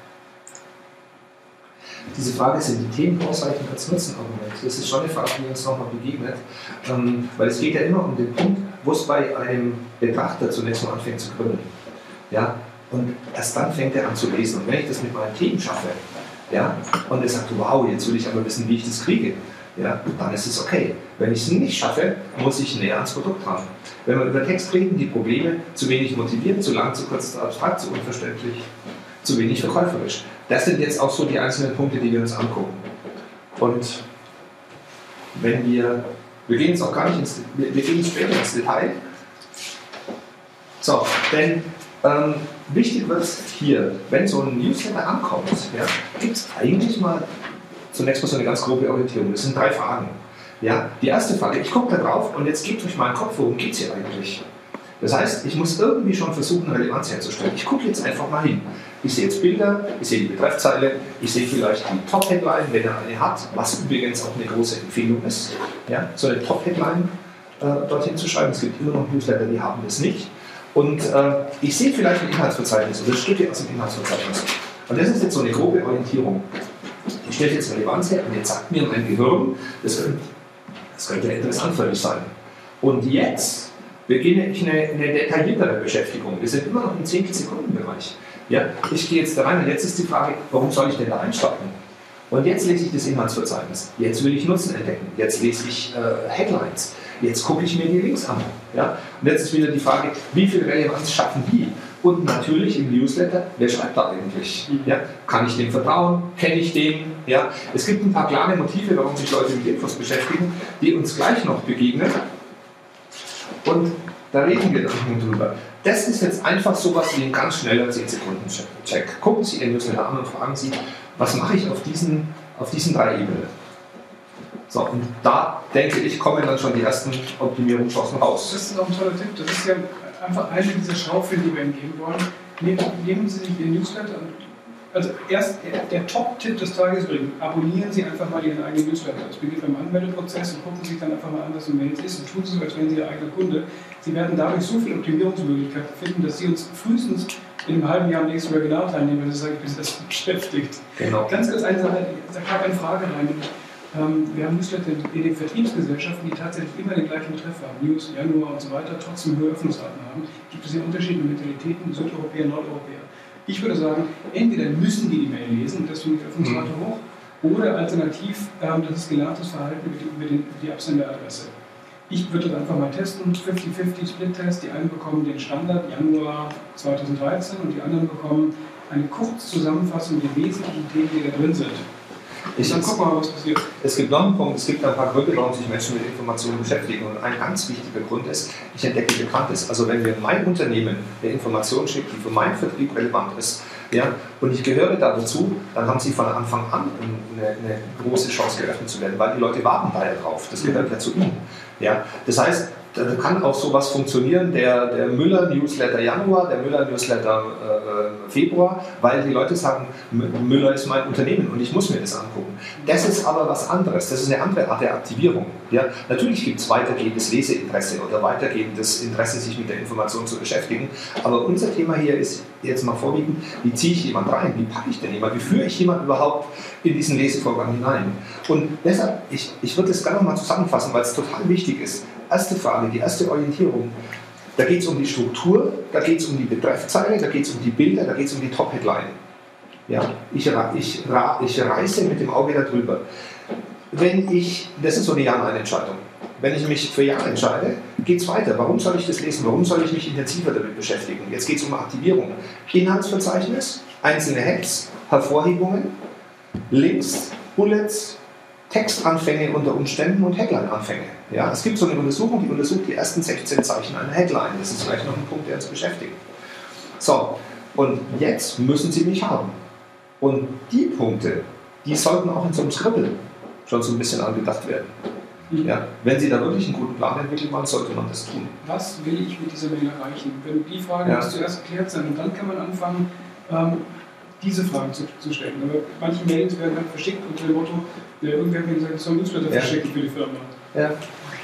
Diese Frage, sind die Themen ausreichend als Nutzenargument? Das ist schon eine Frage, die uns nochmal begegnet, ähm, weil es geht ja immer um den Punkt, wo es bei einem Betrachter zunächst mal anfängt zu gründen. Ja? Und erst dann fängt er an zu lesen. Und wenn ich das mit meinen Themen schaffe, ja, und er sagt, wow, jetzt will ich aber wissen, wie ich das kriege, ja, dann ist es okay. Wenn ich es nicht schaffe, muss ich näher ans Produkt ran. Wenn wir über Text reden, die Probleme, zu wenig motiviert, zu lang, zu kurz, zu abstrakt, zu unverständlich, zu wenig verkäuferisch. Das sind jetzt auch so die einzelnen Punkte, die wir uns angucken. Und wenn wir, wir gehen jetzt auch gar nicht ins, wir, wir gehen später ins Detail. So, denn ähm, wichtig wird es hier, wenn so ein Newsletter ankommt, ja, gibt es eigentlich mal zunächst mal so eine ganz grobe Orientierung. Das sind drei Fragen. Ja, die erste Frage, ich gucke da drauf und jetzt geht durch meinen Kopf, worum geht es hier eigentlich? Das heißt, ich muss irgendwie schon versuchen, Relevanz herzustellen. Ich gucke jetzt einfach mal hin. Ich sehe jetzt Bilder, ich sehe die Betreffzeile, ich sehe vielleicht die Top-Headline, wenn er eine hat, was übrigens auch eine große Empfehlung ist, ja, so eine Top-Headline äh, dorthin zu schreiben. Es gibt immer noch Newsletter, die haben das nicht. Und äh, ich sehe vielleicht ein Inhaltsverzeichnis oder Stücke aus dem Inhaltsverzeichnis. Und das ist jetzt so eine grobe Orientierung. Ich stelle jetzt Relevanz her und jetzt sagt mir mein Gehirn, das könnte, das könnte interessant für mich sein. Und jetzt beginne ich eine, eine detailliertere Beschäftigung. Wir sind immer noch im Zehntel-Sekunden-Bereich. Ja, ich gehe jetzt da rein und jetzt ist die Frage, warum soll ich denn da einsteigen? Und jetzt lese ich das Inhaltsverzeichnis. Jetzt will ich Nutzen entdecken. Jetzt lese ich äh, Headlines. Jetzt gucke ich mir die Links an. Ja? Und jetzt ist wieder die Frage, wie viel Relevanz schaffen die? Und natürlich im Newsletter, wer schreibt da eigentlich? Mhm. Ja, kann ich dem vertrauen? Kenne ich den? Ja, es gibt ein paar klare Motive, warum sich Leute mit Infos beschäftigen, die uns gleich noch begegnen. Und da reden wir dann drüber. Das ist jetzt einfach sowas wie ein ganz schneller zehn Sekunden Check. Gucken Sie Ihren Newsletter an und fragen Sie, was mache ich auf diesen, auf diesen drei Ebenen? So, und da denke ich, kommen dann schon die ersten Optimierungschancen raus. Das ist auch ein toller Tipp. Das ist ja einfach eine dieser Schaufeln, die wir Ihnen geben wollen. Nehmen, nehmen Sie sich Ihren Newsletter an. Also erst der Top-Tipp des Tages übrigens, abonnieren Sie einfach mal Ihren eigenen Newsletter. Das beginnt beim Anmeldeprozess und gucken sich dann einfach mal an, was in Mails ist und tun Sie so, als wären Sie Ihr eigener Kunde. Sie werden dadurch so viele Optimierungsmöglichkeiten finden, dass Sie uns frühestens in einem halben Jahr am nächsten Webinar teilnehmen, wenn Sie sagen, ich bin das beschäftigt. Genau. Ganz kurz eine Sache, da kam eine Frage rein. Ähm, wir haben Newsletter in den Vertriebsgesellschaften, die tatsächlich immer den gleichen Betreff haben, News, Januar und so weiter, trotzdem höhere Öffnungsraten haben. Gibt es hier unterschiedliche Mentalitäten, Südeuropäer, Nordeuropäer. Ich würde sagen, entweder müssen die die Mail lesen und deswegen die Öffnungsrate mhm. hoch, oder alternativ, ähm, das ist gelerntes Verhalten über die, über die, über die Absenderadresse. Ich würde das einfach mal testen, fünfzig fünfzig Split-Test, die einen bekommen den Standard Januar zweitausenddreizehn und die anderen bekommen eine Kurzzusammenfassung der wesentlichen Themen, die da drin sind. Ich dann gucken wir mal, was passiert. Es gibt noch einen Punkt, es gibt ein paar Gründe, warum sich Menschen mit Informationen beschäftigen. Und ein ganz wichtiger Grund ist, ich entdecke Bekanntes. Also wenn mir mein Unternehmen eine Information schickt, die für meinen Vertrieb relevant ist, ja, und ich gehöre da dazu, dann haben sie von Anfang an eine, eine große Chance geöffnet zu werden, weil die Leute warten da ja drauf. Das gehört ja zu ihnen. Ja. Das heißt, da kann auch sowas funktionieren, der, der Müller-Newsletter Januar, der Müller-Newsletter äh, Februar, weil die Leute sagen, Müller ist mein Unternehmen und ich muss mir das angucken. Das ist aber was anderes, das ist eine andere Art der Aktivierung. Ja? Natürlich gibt es weitergehendes Leseinteresse oder weitergehendes Interesse, sich mit der Information zu beschäftigen, aber unser Thema hier ist jetzt mal vorwiegend, wie ziehe ich jemanden rein, wie packe ich denn jemanden, wie führe ich jemanden überhaupt in diesen Lesevorgang hinein. Und deshalb, ich, ich würde das gerne noch mal zusammenfassen, weil es total wichtig ist. Erste Frage, die erste Orientierung. Da geht es um die Struktur, da geht es um die Betreffzeile, da geht es um die Bilder, da geht es um die Top-Headline. Ja, ich, ich, ich reiße mit dem Auge darüber. Wenn ich, das ist so eine Ja-Nein-Entscheidung. Wenn ich mich für Ja entscheide, geht es weiter. Warum soll ich das lesen? Warum soll ich mich intensiver damit beschäftigen? Jetzt geht es um Aktivierung. Inhaltsverzeichnis, einzelne Hacks, Hervorhebungen, Links, Bullets, Textanfänge unter Umständen und Headline-Anfänge. Ja, es gibt so eine Untersuchung, die untersucht die ersten sechzehn Zeichen einer Headline. Das ist vielleicht noch ein Punkt, der uns beschäftigt. So, und jetzt müssen Sie mich haben. Und die Punkte, die sollten auch in so einem Skribbel schon so ein bisschen angedacht werden. Ja, wenn Sie da wirklich einen guten Plan entwickeln wollen, sollte man das tun. Was will ich mit dieser Mail erreichen? Wenn die Frage ja. muss zuerst geklärt sein und dann kann man anfangen, ähm, diese Fragen zu, zu stellen. Aber manche Mails werden halt verschickt unter dem Motto, ja, irgendwer hat mir gesagt, ich soll ein Newsletter ja. verschicken für die Firma. Ja.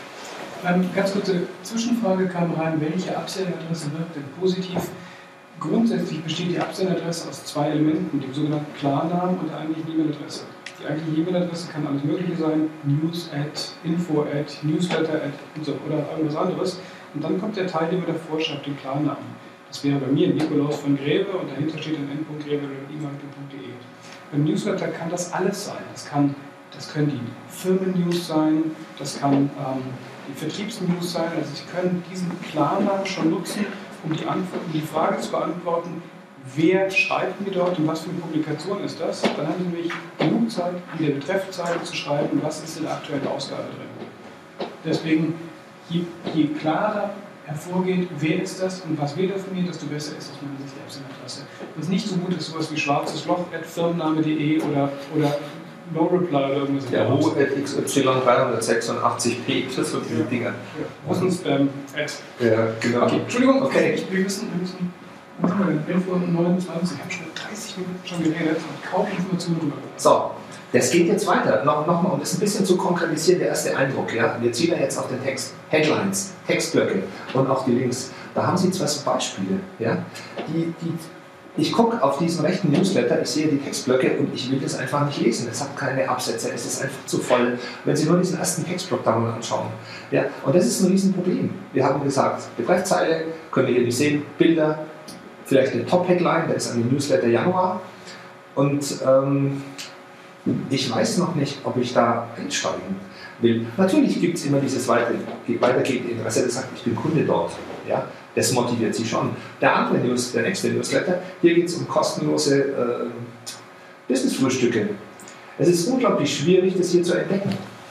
Ähm, ganz kurze Zwischenfrage kam rein, welche Absenderadresse wirkt denn positiv? Grundsätzlich besteht die Absenderadresse aus zwei Elementen, dem sogenannten Klarnamen und der eigentlichen E-Mail-Adresse. Die eigentliche E-Mail-Adresse kann alles Mögliche sein, news at, info at, newsletter at und so, oder irgendwas anderes. Und dann kommt der Teil, den man davor schreibt, den Klarnamen. Das wäre bei mir Nikolaus von Greve und dahinter steht dann n.greve.e-marketing punkt de. Beim Newsletter kann das alles sein. Das, kann, das können die Firmen-News sein, das kann ähm, die Vertriebs-News sein. Also Sie können diesen Klarnamen schon nutzen, um die, Antwort, um die Frage zu beantworten, wer schreibt mir dort und was für eine Publikation ist das? Dann haben Sie nämlich genug Zeit, in der Betreffzeile zu schreiben, was ist in der aktuellen Ausgabe drin. Deswegen, je, je klarer hervorgeht, wer ist das und was will er von mir, desto besser ist aus meiner Sicht die Absenderadresse. Was nicht so gut ist, sowas wie schwarzes Loch at firmenname punkt de oder, oder No Reply oder irgendwas. Der O at x y dreihundertsechsundachtzig p, das sind diese Dinger. Russenspam at. Ja, genau. Okay, Entschuldigung, okay. Ich, wir müssen, wir müssen, was haben wir denn? elf Uhr neunundzwanzig, ich habe schon dreißig Minuten schon geredet und kaum Informationen drüber. So, das geht jetzt weiter. Noch, noch mal, um das ein bisschen zu konkretisieren, der erste Eindruck. Ja? Wir ziehen ja jetzt auf den Text. Headlines, Textblöcke und auch die Links. Da haben Sie zwei Beispiele. Ja? Die, die, ich gucke auf diesen rechten Newsletter, ich sehe die Textblöcke und ich will das einfach nicht lesen. Es hat keine Absätze, es ist einfach zu voll. Wenn Sie nur diesen ersten Textblock da mal anschauen. Ja? Und das ist ein Riesenproblem. Wir haben gesagt, Betreffzeile, können wir hier nicht sehen, Bilder, vielleicht eine Top-Headline, da ist ein Newsletter Januar. Und ähm, ich weiß noch nicht, ob ich da einsteigen will. Natürlich gibt es immer dieses weitergehende Interesse, das sagt, ich bin Kunde dort. Ja? Das motiviert sie schon. Der andere News, der nächste Newsletter, hier geht es um kostenlose äh, Business-Frühstücke. Es ist unglaublich schwierig, das hier zu entdecken.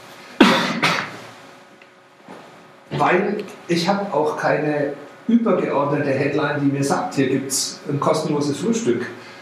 Weil ich habe auch keine übergeordnete Headline, die mir sagt, hier gibt es ein kostenloses Frühstück.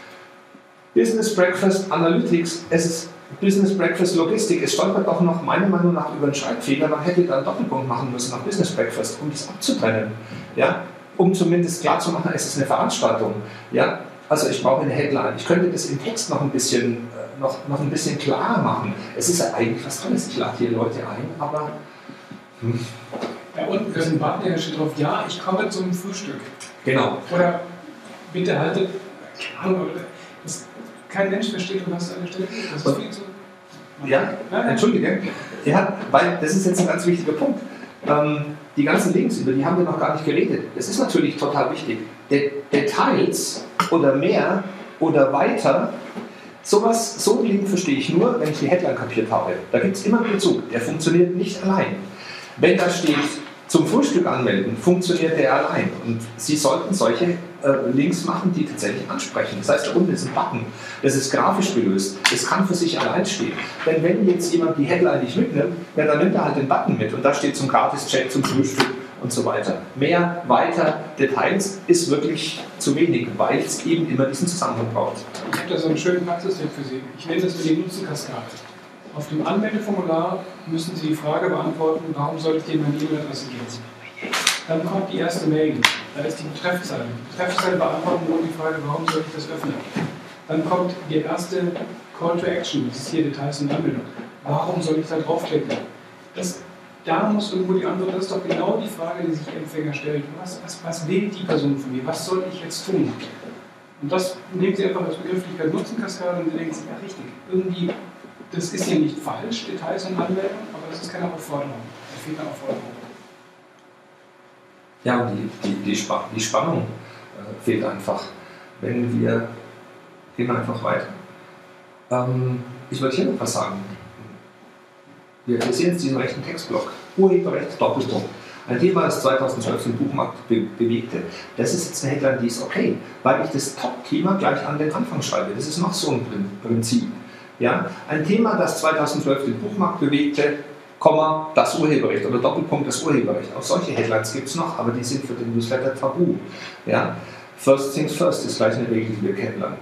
Business Breakfast Analytics, es ist Business Breakfast Logistik, es stolpert auch noch meiner Meinung nach über einen Schreibfehler. Man hätte da einen Doppelpunkt machen müssen nach Business Breakfast, um das abzutrennen. Ja? Um zumindest klarzumachen, es ist eine Veranstaltung. Ja? Also ich brauche eine Headline. Ich könnte das im Text noch ein bisschen, noch, noch ein bisschen klarer machen. Es ist ja eigentlich was Tolles. Ich lade hier Leute ein, aber... Hm. Ja, unten ist ein Button, da steht drauf, ja, ich komme zum Frühstück. Genau. Oder bitte haltet, keine Ahnung, das, kein Mensch versteht, was an der Stelle geht. Das ist viel zu... Ja, nein, entschuldige. Ja, weil das ist jetzt ein ganz wichtiger Punkt. Ähm, die ganzen Links, über die haben wir noch gar nicht geredet. Das ist natürlich total wichtig. De Details oder mehr oder weiter, sowas, so einen Link verstehe ich nur, wenn ich die Headline kapiert habe. Da gibt es immer einen Bezug. Der funktioniert nicht allein. Wenn da steht, zum Frühstück anmelden, funktioniert der allein. Und Sie sollten solche äh, Links machen, die tatsächlich ansprechen. Das heißt, da unten ist ein Button, das ist grafisch gelöst, das kann für sich allein stehen. Denn wenn jetzt jemand die Headline nicht mitnimmt, ja, dann nimmt er halt den Button mit und da steht zum Gratis-Check, zum Frühstück und so weiter. Mehr, weiter, Details ist wirklich zu wenig, weil es eben immer diesen Zusammenhang braucht. Ich habe da so einen schönen Praxistipp für Sie. Ich nenne das die Nutzenkaskade. Auf dem Anmeldeformular müssen Sie die Frage beantworten, warum soll ich dir meine E-Mail-Adresse geben? Dann kommt die erste Mail, da ist die Betreffzeile. Die Betreffzeile beantwortet nur die Frage, warum soll ich das öffnen? Dann kommt die erste Call to Action, das ist hier Details und Anmeldung. Warum soll ich da draufklicken? Das, da muss irgendwo die Antwort, das ist doch genau die Frage, die sich der Empfänger stellt. Was, was, was will die Person von mir? Was soll ich jetzt tun? Und das nehmen Sie einfach als Begrifflichkeit Nutzenkaskade und Sie denken, ja richtig, irgendwie... Das ist hier nicht falsch, Details und Anmeldung, aber das ist keine Aufforderung. Da fehlt eine Aufforderung. Ja, und die, die, die, Sp die Spannung äh, fehlt einfach. Wenn wir, gehen wir einfach weiter. Ähm, ich würde hier noch was sagen. Wir, wir sehen jetzt diesen rechten Textblock. Urheberrecht, Doppelpunkt. Ein Thema, das zweitausendzwölf den Buchmarkt be bewegte. Das ist jetzt eine Headline, die ist okay, weil ich das Top-Thema gleich an den Anfang schreibe. Das ist noch so ein Prinzip. Ja, ein Thema, das zweitausendzwölf den Buchmarkt bewegte, Komma, das Urheberrecht oder Doppelpunkt das Urheberrecht. Auch solche Headlines gibt es noch, aber die sind für den Newsletter tabu. Ja? First things first ist gleich eine Regel, die wir kennenlernen.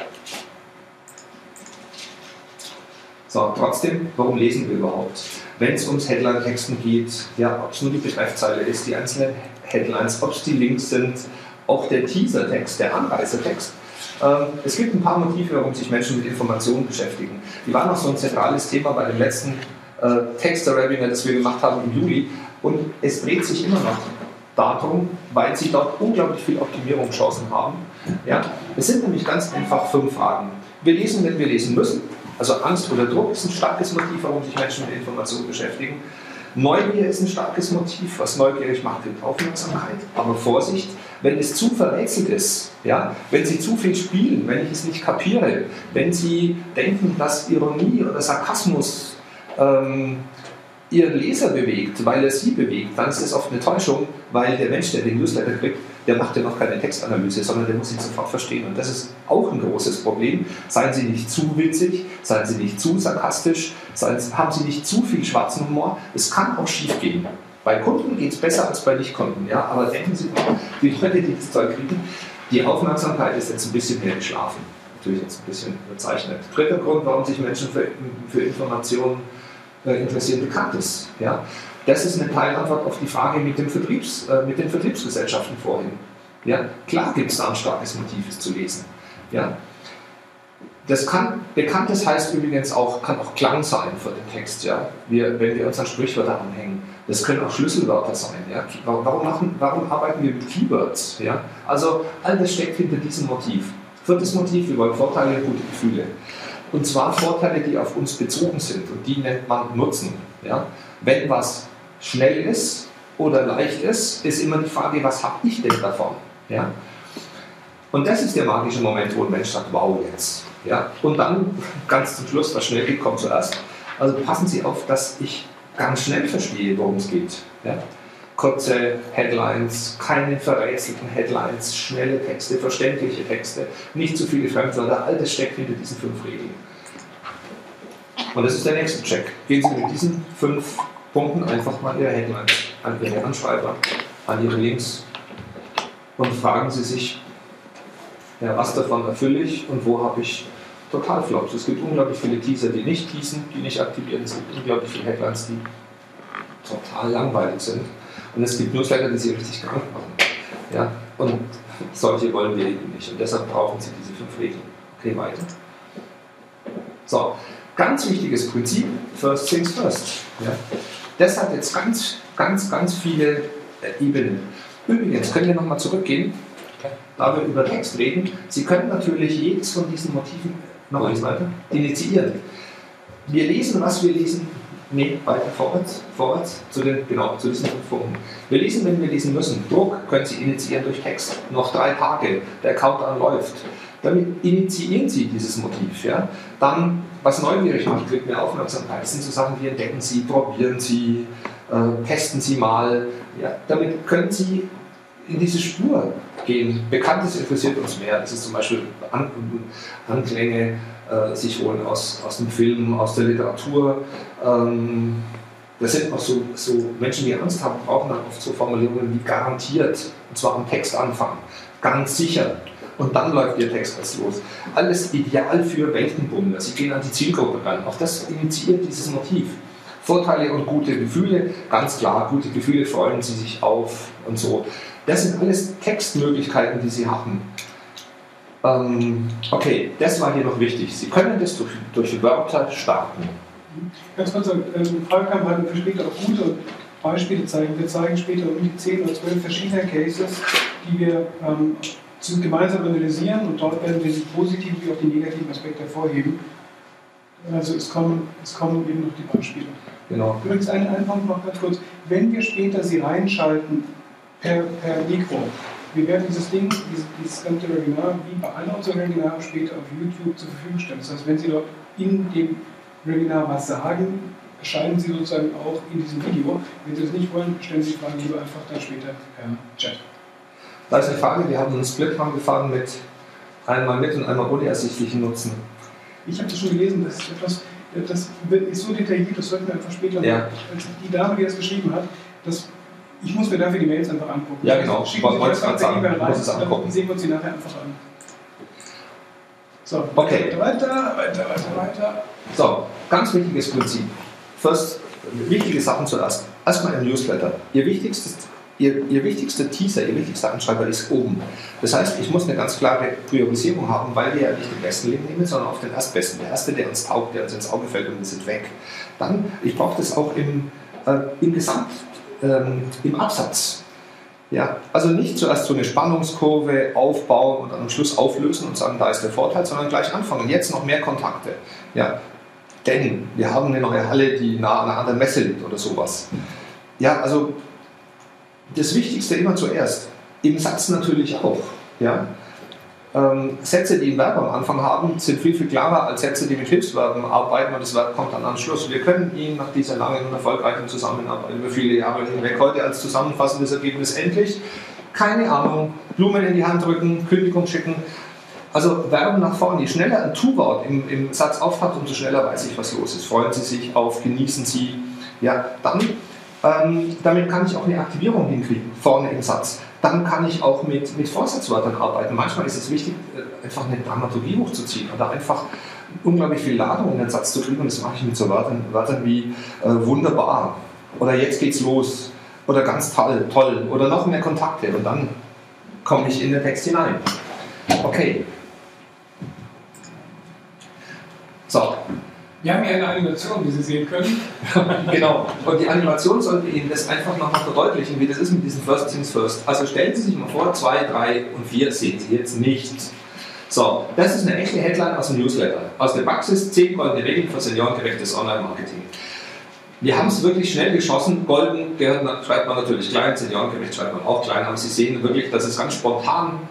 So, trotzdem, warum lesen wir überhaupt? Wenn es ums Headline-Texten geht, ja, ob es nur die Betreffzeile ist, die einzelnen Headlines, ob es die Links sind, auch der Teaser-Text, der Anreisetext. Es gibt ein paar Motive, warum sich Menschen mit Informationen beschäftigen. Die waren noch so ein zentrales Thema bei dem letzten äh, Texter-Webinar, das wir gemacht haben im Juli. Und es dreht sich immer noch darum, weil sie dort unglaublich viel Optimierungschancen haben. Ja? Es sind nämlich ganz einfach fünf Fragen. Wir lesen, wenn wir lesen müssen. Also Angst oder Druck ist ein starkes Motiv, warum sich Menschen mit Informationen beschäftigen. Neugier ist ein starkes Motiv, was neugierig macht, gibt Aufmerksamkeit. Aber Vorsicht, wenn es zu verwechselt ist, ja, wenn Sie zu viel spielen, wenn ich es nicht kapiere, wenn Sie denken, dass Ironie oder Sarkasmus ähm, Ihren Leser bewegt, weil er Sie bewegt, dann ist das oft eine Täuschung, weil der Mensch, der den Newsletter kriegt, der macht ja noch keine Textanalyse, sondern der muss ihn sofort verstehen. Und das ist auch ein großes Problem. Seien Sie nicht zu witzig, seien Sie nicht zu sarkastisch, seien, haben Sie nicht zu viel schwarzen Humor. Es kann auch schief gehen. Bei Kunden geht es besser als bei Nicht-Kunden. Ja? Aber denken Sie mal, die Leute, die das Zeug kriegen, die Aufmerksamkeit ist jetzt ein bisschen mehr geschlafen. Natürlich jetzt ein bisschen überzeichnet. Dritter Grund, warum sich Menschen für, für Informationen äh, interessieren, bekannt ist. Ja? Das ist eine Teilantwort auf die Frage mit, dem Vertriebs, äh, mit den Vertriebsgesellschaften vorhin. Ja? Klar gibt es da ein starkes Motiv, es zu lesen. Ja? Das kann, Bekanntes heißt übrigens auch, kann auch Klang sein für den Text. Ja? Wir, wenn wir uns an Sprichwörter anhängen. Das können auch Schlüsselwörter sein. Ja? Warum, machen, warum arbeiten wir mit Keywords? Ja? Also all das steckt hinter diesem Motiv. Viertes Motiv, wir wollen Vorteile und gute Gefühle. Und zwar Vorteile, die auf uns bezogen sind. Und die nennt man Nutzen. Ja? Wenn was schnell ist oder leicht ist, ist immer die Frage, was habe ich denn davon? Ja? Und Und das ist der magische Moment, wo ein Mensch sagt, wow, jetzt. Ja? Und dann, ganz zum Schluss, was schnell geht, kommt zuerst. Also passen Sie auf, dass ich ganz schnell verstehe, worum es geht. Ja? Kurze Headlines, keine verrätselten Headlines, schnelle Texte, verständliche Texte, nicht zu viele Fremdwörter, all das steckt hinter diesen fünf Regeln. Und das ist der nächste Check. Gehen Sie mit diesen fünf Punkten einfach mal Ihre Headlines an Ihre Anschreiber, an Ihre Links und fragen Sie sich, ja, was davon erfülle ich und wo habe ich Totalflops. Es gibt unglaublich viele Teaser, die nicht teasen, die nicht aktivieren. Es gibt unglaublich viele Headlines, die total langweilig sind. Und es gibt Newsletter, die sie richtig krank machen. Ja? Und solche wollen wir eben nicht. Und deshalb brauchen Sie diese fünf Regeln. Okay, weiter. So, ganz wichtiges Prinzip, first things first. Ja? Das hat jetzt ganz, ganz, ganz viele äh, Ebenen. Übrigens, können wir nochmal zurückgehen, da wir über Text reden. Sie können natürlich jedes von diesen Motiven, noch eins weiter, initiieren. Wir lesen, was wir lesen. Nee, weiter vorwärts, vorwärts, zu den, genau, zu diesen fünf Punkten. Wir lesen, wenn wir lesen müssen. Druck können Sie initiieren durch Text. Noch drei Tage, der Countdown läuft. Damit initiieren Sie dieses Motiv. Ja? Dann, was neugierig macht, kriegt mehr Aufmerksamkeit. Das sind so Sachen wie entdecken Sie, probieren Sie, äh, testen Sie mal. Ja? Damit können Sie in diese Spur gehen. Bekanntes interessiert uns mehr. Das ist zum Beispiel An Anklänge, äh, sich holen aus, aus dem Film, aus der Literatur. Ähm, das sind auch so, so Menschen, die Angst haben, brauchen dann oft so Formulierungen wie garantiert, und zwar am Textanfang, ganz sicher. Und dann läuft Ihr Text erst los. Alles ideal für Weltenbummler. Sie gehen an die Zielgruppe ran. Auch das initiiert dieses Motiv. Vorteile und gute Gefühle, ganz klar, gute Gefühle freuen Sie sich auf und so. Das sind alles Textmöglichkeiten, die Sie haben. Ähm, okay, das war hier noch wichtig. Sie können das durch, durch Wörter starten. Ganz kurz, eine Frage kam halt für später auch gute Beispiele zeigen. Wir zeigen später um die zehn oder zwölf verschiedene Cases, die wir ähm, gemeinsam analysieren und dort werden wir die positiven wie auch die negativen Aspekte hervorheben. Also es kommen, es kommen eben noch die Beispiele. Genau. Übrigens ein, ein Punkt noch ganz kurz. Wenn wir später sie reinschalten per, per Mikro, wir werden dieses Ding, dieses, dieses ganze Webinar, wie bei allen unseren Webinaren später auf YouTube zur Verfügung stellen. Das heißt, wenn Sie dort in dem Webinar was sagen, erscheinen Sie sozusagen auch in diesem Video. Wenn Sie das nicht wollen, stellen Sie die Fragen lieber einfach dann später per Chat. Da ist eine Frage, wir haben einen Split gefahren mit einmal mit und einmal ohne ersichtlichen Nutzen. Ich habe das schon gelesen, das ist, etwas, das ist so detailliert, das sollten wir einfach später ja. noch, die Dame, die das geschrieben hat, das, ich muss mir dafür die Mails einfach angucken. Ja, genau. Schicken Sie das einfach per E-Mail rein, muss es angucken. dann sehen wir uns die nachher einfach an. So, okay. weiter, weiter, weiter, weiter, weiter. So, ganz wichtiges Prinzip. First, wichtige Sachen zuerst. Erstmal ein Newsletter. Ihr wichtigstes Ihr, ihr wichtigster Teaser, Ihr wichtigster Anschreiber ist oben. Das heißt, ich muss eine ganz klare Priorisierung haben, weil wir ja nicht den besten Leben nehmen, sondern auf den Erstbesten. Der Erste, der uns taugt, der uns ins Auge fällt und wir sind weg. Dann, ich brauche das auch im, äh, im Gesamt, ähm, im Absatz. Ja, also nicht zuerst so eine Spannungskurve aufbauen und am Schluss auflösen und sagen, da ist der Vorteil, sondern gleich anfangen. Jetzt noch mehr Kontakte. Ja, denn wir haben eine neue Halle, die nah an einer anderen Messe liegt oder sowas. Ja, also das Wichtigste immer zuerst. Im Satz natürlich auch. Ja? Ähm, Sätze, die ein Verb am Anfang haben, sind viel, viel klarer als Sätze, die mit Hilfsverben arbeiten und das Verb kommt dann am Schluss. Wir können Ihnen nach dieser langen und erfolgreichen Zusammenarbeit über viele Jahre hinweg heute als zusammenfassendes Ergebnis endlich, keine Ahnung, Blumen in die Hand drücken, Kündigung schicken. Also Verben nach vorne. Je schneller ein Tu-Wort im, im Satz auftaucht, umso schneller weiß ich, was los ist. Freuen Sie sich auf, genießen Sie. Ja, dann Ähm, damit kann ich auch eine Aktivierung hinkriegen, vorne im Satz. Dann kann ich auch mit, mit Vorsatzwörtern arbeiten. Manchmal ist es wichtig, einfach eine Dramaturgie hochzuziehen oder einfach unglaublich viel Ladung in den Satz zu kriegen. Und das mache ich mit so Wörtern, Wörtern wie äh, wunderbar oder jetzt geht's los oder ganz toll, toll oder noch mehr Kontakte. Und dann komme ich in den Text hinein. Okay. So. Wir haben hier eine Animation, wie Sie sehen können. Genau. Und die Animation sollte Ihnen das einfach nochmal verdeutlichen, wie das ist mit diesen First Things First. Also stellen Sie sich mal vor, zwei, drei und vier sehen Sie jetzt nicht. So, das ist eine echte Headline aus dem Newsletter. Aus der Praxis, zehn goldene Regeln für seniorengerechtes Online-Marketing. Wir haben es wirklich schnell geschossen. Golden gehört, schreibt man natürlich klein, seniorengerecht schreibt man auch klein, aber Sie sehen wirklich, dass es ganz spontan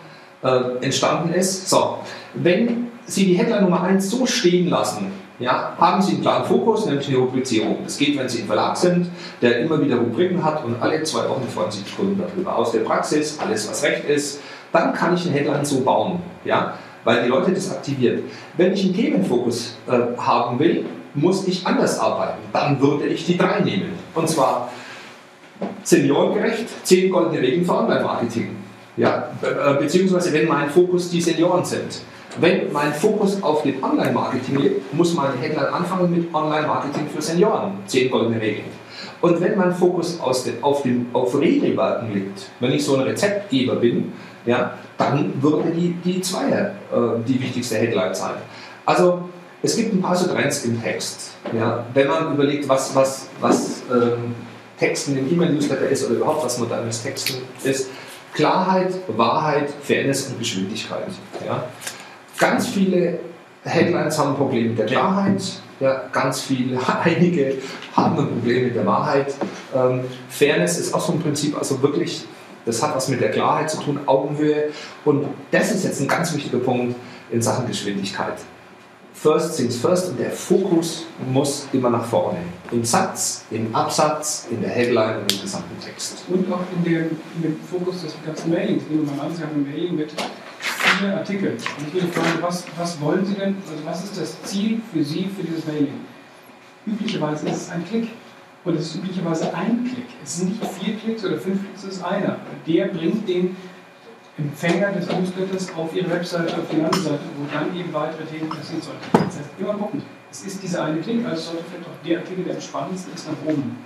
äh, entstanden ist. So, wenn Sie die Headline Nummer eins so stehen lassen, ja, haben Sie einen klaren Fokus, nämlich eine Rubrizierung. Das geht, wenn Sie im Verlag sind, der immer wieder Rubriken hat und alle zwei Wochen freuen sich die Kunden darüber. Aus der Praxis, alles was recht ist, dann kann ich eine Headline so bauen, ja, weil die Leute das aktiviert. Wenn ich einen Themenfokus äh, haben will, muss ich anders arbeiten. Dann würde ich die drei nehmen. Und zwar seniorengerecht, zehn goldene Regeln für Online-Marketing. Ja, be beziehungsweise wenn mein Fokus die Senioren sind. Wenn mein Fokus auf dem Online-Marketing liegt, muss meine Headline anfangen mit Online-Marketing für Senioren, zehn goldene Regeln. Und wenn mein Fokus aus dem, auf, dem, auf Regelwerken liegt, wenn ich so ein Rezeptgeber bin, ja, dann würde die, die Zweier äh, die wichtigste Headline sein. Also es gibt ein paar so Trends im Text. Ja, wenn man überlegt, was, was, was ähm, Texten im E-Mail-Newsletter ist oder überhaupt was modernes Texten ist, Klarheit, Wahrheit, Fairness und Geschwindigkeit. Ja. Ganz viele Headlines haben ein Problem mit der Klarheit, ja, ganz viele, einige haben ein Problem mit der Wahrheit. Ähm, Fairness ist auch so ein Prinzip, also wirklich, das hat was mit der Klarheit zu tun, Augenhöhe. Und das ist jetzt ein ganz wichtiger Punkt in Sachen Geschwindigkeit. First things first, und der Fokus muss immer nach vorne. Im Satz, im Absatz, in der Headline und im gesamten Text. Und auch in dem, in dem Fokus des ganzen Mailings. Nehmen wir mal an, Sie haben ein Mailing mit vielen Artikeln. Und ich würde fragen, was, was wollen Sie denn, also was ist das Ziel für Sie für dieses Mailing? Üblicherweise ist es ein Klick. Und es ist üblicherweise ein Klick. Es sind nicht vier Klicks oder fünf Klicks, es ist einer. Der bringt den Empfänger des Newsletters auf Ihre Webseite, auf die Landseite, wo dann eben weitere Themen passieren sollten. Das heißt, immer gucken. Es ist dieser eine Klick, also sollte vielleicht auch der Artikel, der am spannendsten ist, nach oben.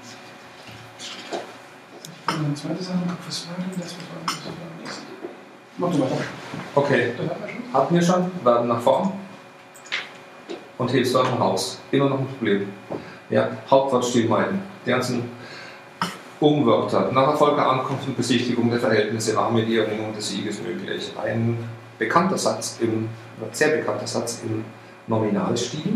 Ich habe eine zweite Sache, was war denn das? Was war das? Was war das? Mach du weiter. Okay, hatten wir schon, werden nach vorn und hebst dort noch raus. Immer noch ein Problem. Ja, Hauptwort stehen meiden. Die ganzen Umwörter. Nach erfolgreicher Ankunft und Besichtigung der Verhältnisse war mit der Erringung des Sieges möglich. Ein bekannter Satz, im, sehr bekannter Satz im Nominalstil.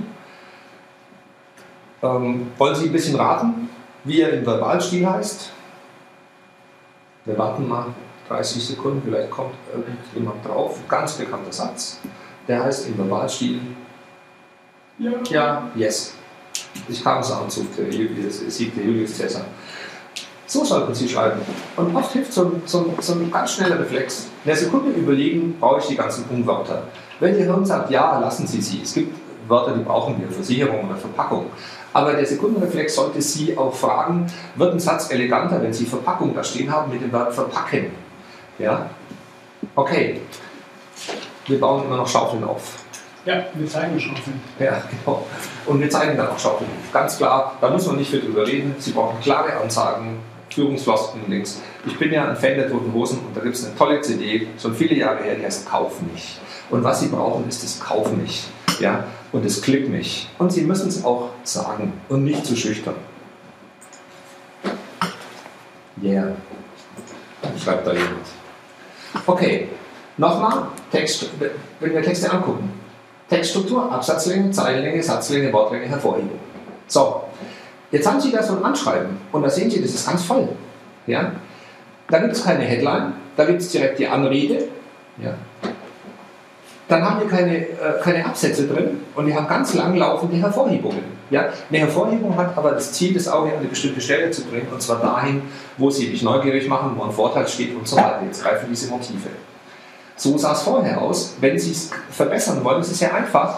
Ähm, wollen Sie ein bisschen raten, wie er im Verbalstil heißt? Wir warten mal dreißig Sekunden, vielleicht kommt irgendjemand drauf. Ganz bekannter Satz. Der heißt im Verbalstil Ja, ja, yes. Ich kam es an, suchte Julius, siegte Julius Caesar. So sollten Sie schreiben. Und oft hilft so ein, so, ein, so ein ganz schneller Reflex. In der Sekunde überlegen, brauche ich die ganzen Umwörter. Wenn Ihr Hirn sagt, ja, lassen Sie sie. Es gibt Wörter, die brauchen wir, Versicherung oder Verpackung. Aber der Sekundenreflex sollte Sie auch fragen, wird ein Satz eleganter, wenn Sie Verpackung da stehen haben mit dem Verb verpacken? Ja? Okay. Wir bauen immer noch Schaufeln auf. ja, wir zeigen Schaufeln. Ja, genau. Und wir zeigen dann auch Schaufeln. Ganz klar, da muss man nicht viel drüber reden. Sie brauchen klare Ansagen, Führungsfloskeln links. Ich bin ja ein Fan der Toten Hosen und da gibt es eine tolle C D, schon viele Jahre her, die heißt Kauf mich. Und was Sie brauchen, ist das Kauf mich. Ja? Und das Klick mich. Und Sie müssen es auch sagen und nicht zu schüchtern. Yeah. Schreibt da jemand. Okay, nochmal, Text, wenn wir Texte angucken. Textstruktur, Absatzlänge, Zeilenlänge, Satzlänge, Wortlänge, Hervorhebung. So, jetzt haben Sie da so ein Anschreiben und da sehen Sie, das ist ganz voll. Ja? Da gibt es keine Headline, da gibt es direkt die Anrede. Ja? Dann haben wir keine, äh, keine Absätze drin und wir haben ganz langlaufende Hervorhebungen. Ja? Eine Hervorhebung hat aber das Ziel, das Auge an eine bestimmte Stelle zu bringen, und zwar dahin, wo Sie dich neugierig machen, wo ein Vorteil steht und so weiter. Jetzt greifen diese Motive. So sah es vorher aus. Wenn Sie es verbessern wollen, ist es sehr einfach.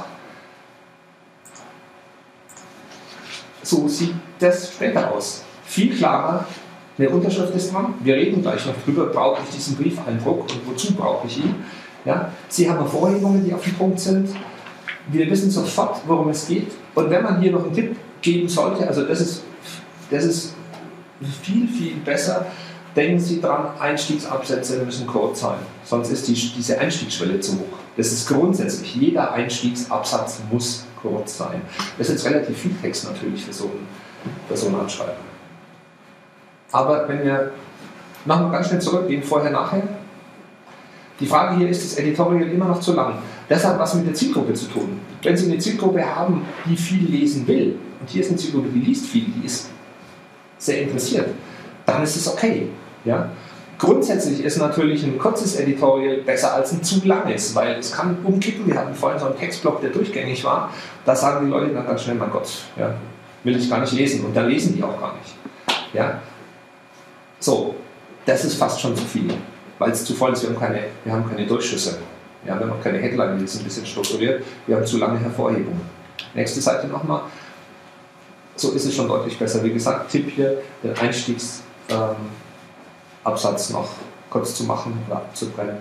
So sieht das später aus. Viel klarer, eine Unterschrift ist dran. Wir reden gleich noch drüber, brauche ich diesen Briefeindruck und wozu brauche ich ihn. Ja? Sie haben Hervorhebungen, die auf den Punkt sind. Wir wissen sofort, worum es geht. Und wenn man hier noch einen Tipp geben sollte, also das ist, das ist viel, viel besser, denken Sie dran, Einstiegsabsätze müssen kurz sein, sonst ist die, diese Einstiegsschwelle zu hoch. Das ist grundsätzlich, jeder Einstiegsabsatz muss kurz sein. Das ist jetzt relativ viel Text natürlich für so ein, für so ein Anschreiben. Aber wenn wir nochmal ganz schnell zurückgehen, vorher, nachher, die Frage hier ist, das Editorial immer noch zu lang. Das hat was mit der Zielgruppe zu tun. Wenn Sie eine Zielgruppe haben, die viel lesen will, und hier ist eine Zielgruppe, die liest viel, die ist sehr interessiert, dann ist es okay. Ja? Grundsätzlich ist natürlich ein kurzes Editorial besser als ein zu langes, weil es kann umkippen. Wir hatten vorhin so einen Textblock, der durchgängig war. Da sagen die Leute dann ganz schnell, mein Gott, ja, will ich gar nicht lesen. Und dann lesen die auch gar nicht. Ja? So, das ist fast schon zu viel, weil es zu voll ist. Wir haben keine, wir haben keine Durchschüsse. Ja, wir haben auch keine Headline, die ist ein bisschen strukturiert. Wir haben zu lange Hervorhebungen. Nächste Seite nochmal. So ist es schon deutlich besser. Wie gesagt, Tipp hier, den Einstiegsabsatz ähm, noch kurz zu machen oder abzubrennen.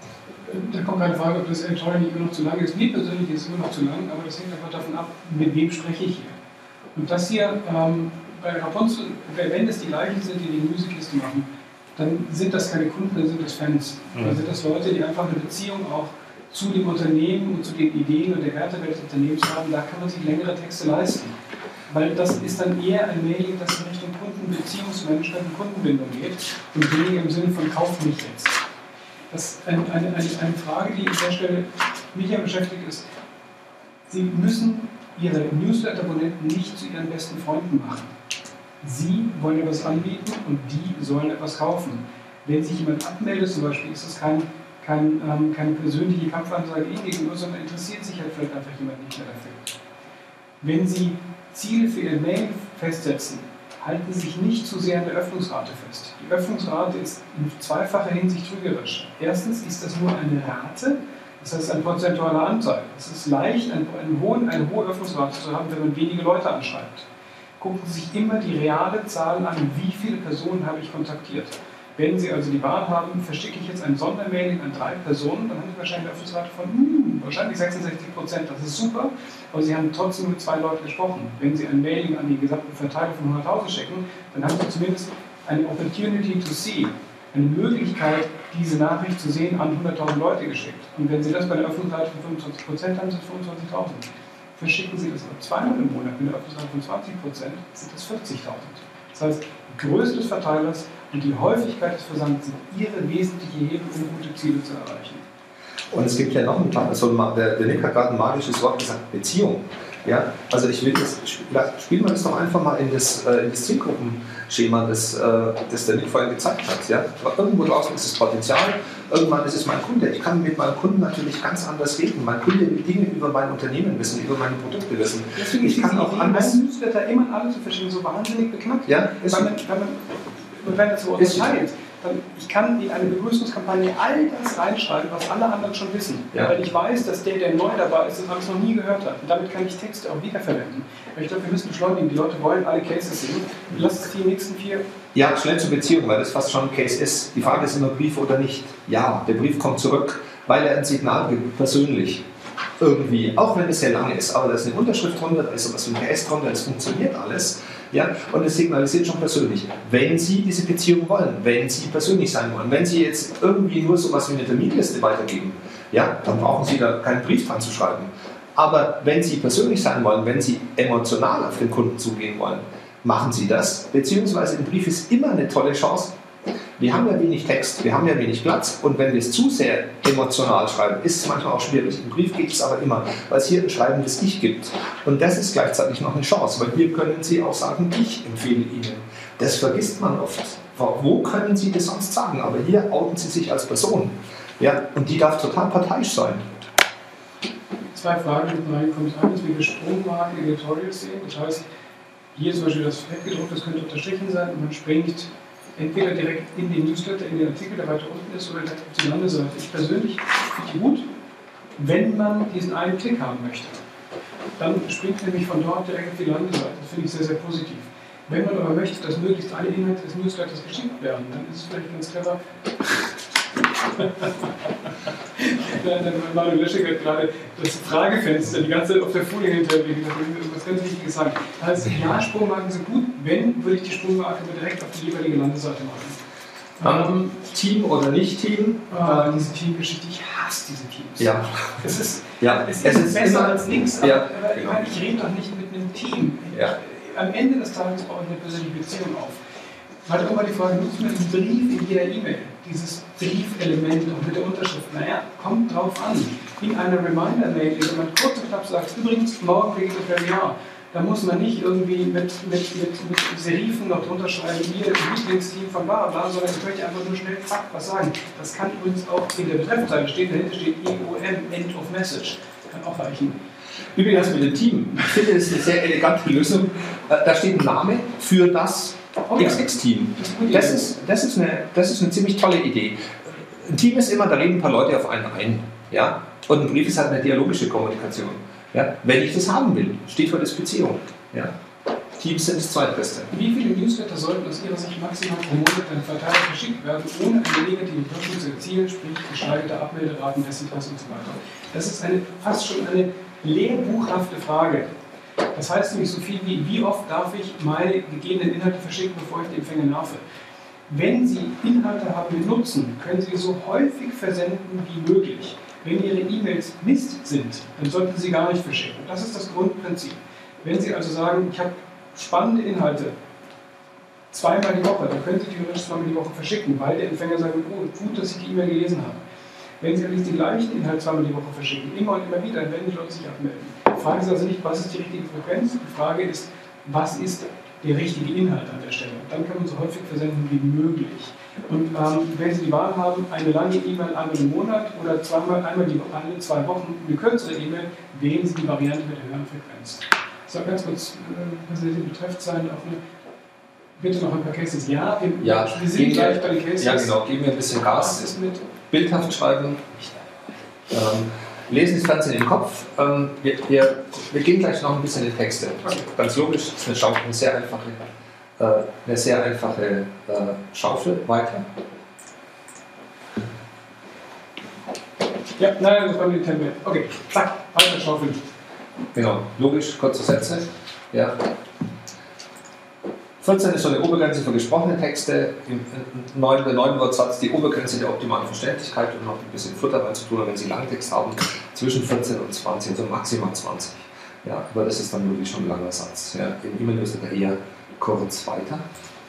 Da kommt keine Frage, ob das Editorial nicht immer noch zu lang ist. Mir persönlich ist es immer noch zu lang, aber das hängt einfach davon ab, mit wem spreche ich hier. Und das hier, ähm, bei Rapunzel, wenn es die gleichen sind, die die Musikliste machen, dann sind das keine Kunden, dann sind das Fans. Mhm. Dann sind das Leute, die einfach eine Beziehung auch zu dem Unternehmen und zu den Ideen und der Wertewelt des Unternehmens haben. Da kann man sich längere Texte leisten. Weil das ist dann eher ein Mailing, das in Richtung Kundenbeziehungsmanagement und Kundenbindung geht und weniger im Sinne von Kauf mich jetzt. Das ist eine, eine, eine, eine Frage, die an der Stelle mich ja beschäftigt, ist, Sie müssen Ihre Newsletter-Abonnenten nicht zu Ihren besten Freunden machen. Sie wollen etwas anbieten und die sollen etwas kaufen. Wenn sich jemand abmeldet zum Beispiel, ist das kein, kein, ähm, keine persönliche Kampfansage Ihnen gegenüber, sondern interessiert sich halt vielleicht einfach jemand nicht mehr dafür. Wenn Sie Ziele für Ihr Mail festsetzen, halten Sie sich nicht zu sehr an der Öffnungsrate fest. Die Öffnungsrate ist in zweifacher Hinsicht trügerisch. Erstens ist das nur eine Rate, das heißt ein prozentualer Anteil. Es ist leicht, einen, einen hohen, eine hohe Öffnungsrate zu haben, wenn man wenige Leute anschreibt. Gucken Sie sich immer die reale Zahl an, wie viele Personen habe ich kontaktiert. Wenn Sie also die Wahl haben, verschicke ich jetzt ein Sondermailing an drei Personen, dann haben Sie wahrscheinlich eine Öffnungsrate von hm, wahrscheinlich sechsundsechzig Prozent. Das ist super, aber Sie haben trotzdem mit zwei Leuten gesprochen. Wenn Sie ein Mailing an die gesamte Verteilung von hunderttausend schicken, dann haben Sie zumindest eine Opportunity to see, eine Möglichkeit, diese Nachricht zu sehen, an hunderttausend Leute geschickt. Und wenn Sie das bei einer Öffnungsrate von fünfundzwanzig Prozent haben, sind es fünfundzwanzigtausend. Verschicken Sie das aber zweimal im Monat mit einer Öffnungsrate von zwanzig Prozent, sind das vierzigtausend. Das heißt, die Größe des Verteilers und die Häufigkeit des Versands sind Ihre wesentliche Hebel, um gute Ziele zu erreichen. Und es gibt ja noch ein paar, also der, der Nick hat gerade ein magisches Wort gesagt, Beziehung. Ja? Also ich will das, spielen wir das doch einfach mal in das, äh, in das Zielgruppenschema, das, äh, das der Nick vorhin gezeigt hat. Ja? Irgendwo draußen ist das Potenzial, irgendwann ist es mein Kunde. Ich kann mit meinem Kunden natürlich ganz anders reden. Mein Kunde will Dinge über mein Unternehmen wissen, über meine Produkte wissen. Deswegen ich kann auch anders Newsletter immer alle zu verstehen, so wahnsinnig beknackt. Ja, weil man, weil man, wenn das so unterscheidet, dann ich kann in eine Begrüßungskampagne all das reinschreiben, was alle anderen schon wissen. Ja. Weil ich weiß, dass der, der neu dabei ist, das alles noch nie gehört hat. Und damit kann ich Texte auch wiederverwenden. Aber ich glaube, wir müssen beschleunigen. Die Leute wollen alle Cases sehen. Lass uns die nächsten vier. Ja, schnell zur Beziehung, weil das fast schon ein Case ist. Die Frage ist immer Brief oder nicht. Ja, der Brief kommt zurück, weil er ein Signal gibt, persönlich. Irgendwie, auch wenn es sehr lange ist, aber da ist eine Unterschrift drunter, da ist sowas wie ein P S drunter, es funktioniert alles. Ja, und es signalisiert schon persönlich, wenn Sie diese Beziehung wollen, wenn Sie persönlich sein wollen, wenn Sie jetzt irgendwie nur sowas wie eine Terminliste weitergeben, ja, dann brauchen Sie da keinen Brief dran zu schreiben. Aber wenn Sie persönlich sein wollen, wenn Sie emotional auf den Kunden zugehen wollen, machen Sie das, beziehungsweise ein Brief ist immer eine tolle Chance. Wir haben ja wenig Text, wir haben ja wenig Platz und wenn wir es zu sehr emotional schreiben, ist es manchmal auch schwierig. Im Brief geht es aber immer, weil es hier ein schreibendes Ich gibt. Und das ist gleichzeitig noch eine Chance, weil hier können Sie auch sagen, ich empfehle Ihnen. Das vergisst man oft. Wo können Sie das sonst sagen? Aber hier outen Sie sich als Person. Ja, und die darf total parteiisch sein. Zwei Fragen, die reinkommen. Eines, wie wir Sprungmarken in Editorials sehen. Das heißt, hier zum Beispiel das fettgedruckt, das könnte unterstrichen sein und man springt entweder direkt in den Newsletter, in den Artikel, der weiter unten ist, oder direkt auf die Landeseite. Ich persönlich finde die gut, wenn man diesen einen Klick haben möchte. Dann springt nämlich von dort direkt auf die Landeseite. Das finde ich sehr, sehr positiv. Wenn man aber möchte, dass möglichst alle Inhalte des Newsletters geschickt werden, dann ist es vielleicht ganz clever. Nein, dann Manuel Löschig hat gerade das Fragefenster die ganze Zeit auf der Folie hinterlegt. Was ganz Wichtiges sagen. Also, ja, Sprungmarken sind gut. Wenn, würde ich die Sprungmarke direkt auf die jeweilige Landeseite machen. Ähm, Team oder nicht Team? Äh, diese Teamgeschichte, ich hasse diese Teams. Ja. Es ist, ja. es ist, es ist besser immer, als nichts, aber, ja, aber genau. ich, ich rede doch nicht mit einem Team. Ja. Am Ende des Tages baue ich eine persönliche Beziehung auf. Weiter immer die Frage, nutzt man diesen Brief in jeder E-Mail? Dieses Briefelement auch mit der Unterschrift? Naja, kommt drauf an. In einer Reminder-Mail, wenn man kurz und knapp sagt, übrigens, morgen kriege ich das Webinar, Da muss man nicht irgendwie mit, mit, mit, mit Serifen noch drunter schreiben, ihr Lieblingsteam von bla bla, sondern ich möchte einfach nur schnell zack, was sagen. Das kann übrigens auch in der Betreffzeile stehen, dahinter steht E O M, End of Message. Kann auch reichen. Übrigens mit dem Team. Ich finde, das ist eine sehr elegante Lösung. Da steht ein Name für das Oh ja. X X-Team. Das ist, das, ist eine, das ist eine ziemlich tolle Idee. Ein Team ist immer, da reden ein paar Leute auf einen ein. Ja? Und ein Brief ist halt eine dialogische Kommunikation. Ja? Wenn ich das haben will, Stichwort ist Beziehung. Ja? Teams sind das Zweitbeste. Wie viele Newsletter sollten aus Ihrer Sicht maximal pro Monat an Verteiler verschickt werden, ohne eine negative Wirkung zu erzielen, sprich gesteigerte Abmelderaten, Desinteresse und so weiter? Das ist eine, fast schon eine lehrbuchhafte Frage. Das heißt nämlich so viel wie, wie oft darf ich meine gegebenen Inhalte verschicken, bevor ich den Empfänger nerve? Wenn Sie Inhalte haben mit Nutzen, können Sie so häufig versenden wie möglich. Wenn Ihre E-Mails Mist sind, dann sollten Sie gar nicht verschicken. Das ist das Grundprinzip. Wenn Sie also sagen, ich habe spannende Inhalte, zweimal die Woche, dann können Sie theoretisch zweimal die Woche verschicken, weil der Empfänger sagt, oh, gut, dass ich die E-Mail gelesen habe. Wenn Sie allerdings den gleichen Inhalt zweimal die Woche verschicken, immer und immer wieder, dann werden die Leute sich abmelden. Die Frage ist also nicht, was ist die richtige Frequenz, die Frage ist, was ist der richtige Inhalt an der Stelle. Dann kann man so häufig versenden wie möglich. Und ähm, wenn Sie die Wahl haben, eine lange E-Mail einmal im Monat oder zweimal, einmal die, alle zwei Wochen eine kürzere E-Mail, wählen Sie die Variante mit der höheren Frequenz. So, ganz kurz, äh, was Sie die Betreffzeilen auf eine. Bitte noch ein paar Cases. Ja, wir, ja, wir sind gleich bei den Cases. Ja, genau, geben wir ein bisschen Gas. Was ist mit Bildhaft schreiben. Ähm, lesen das Ganze in den Kopf. Ähm, wir, wir, wir gehen gleich noch ein bisschen in Texte. Okay. Ganz logisch, das ist eine, Schaufel, eine sehr einfache, äh, eine sehr einfache äh, Schaufel. Weiter. Ja, nein, das war mit dem Template. Okay, zack, weiter schaufeln. Genau, logisch, kurze Sätze. Ja. vierzehn ist so eine Obergrenze für gesprochene Texte. Im neunten Wortsatz die Obergrenze der optimalen Verständlichkeit und noch ein bisschen Futter dabei zu tun, wenn Sie Langtext haben, zwischen vierzehn und zwanzig, also maximal zwanzig. Ja, aber das ist dann wirklich schon ein langer Satz. Ja, Im E-Mail ist er eher kurz weiter.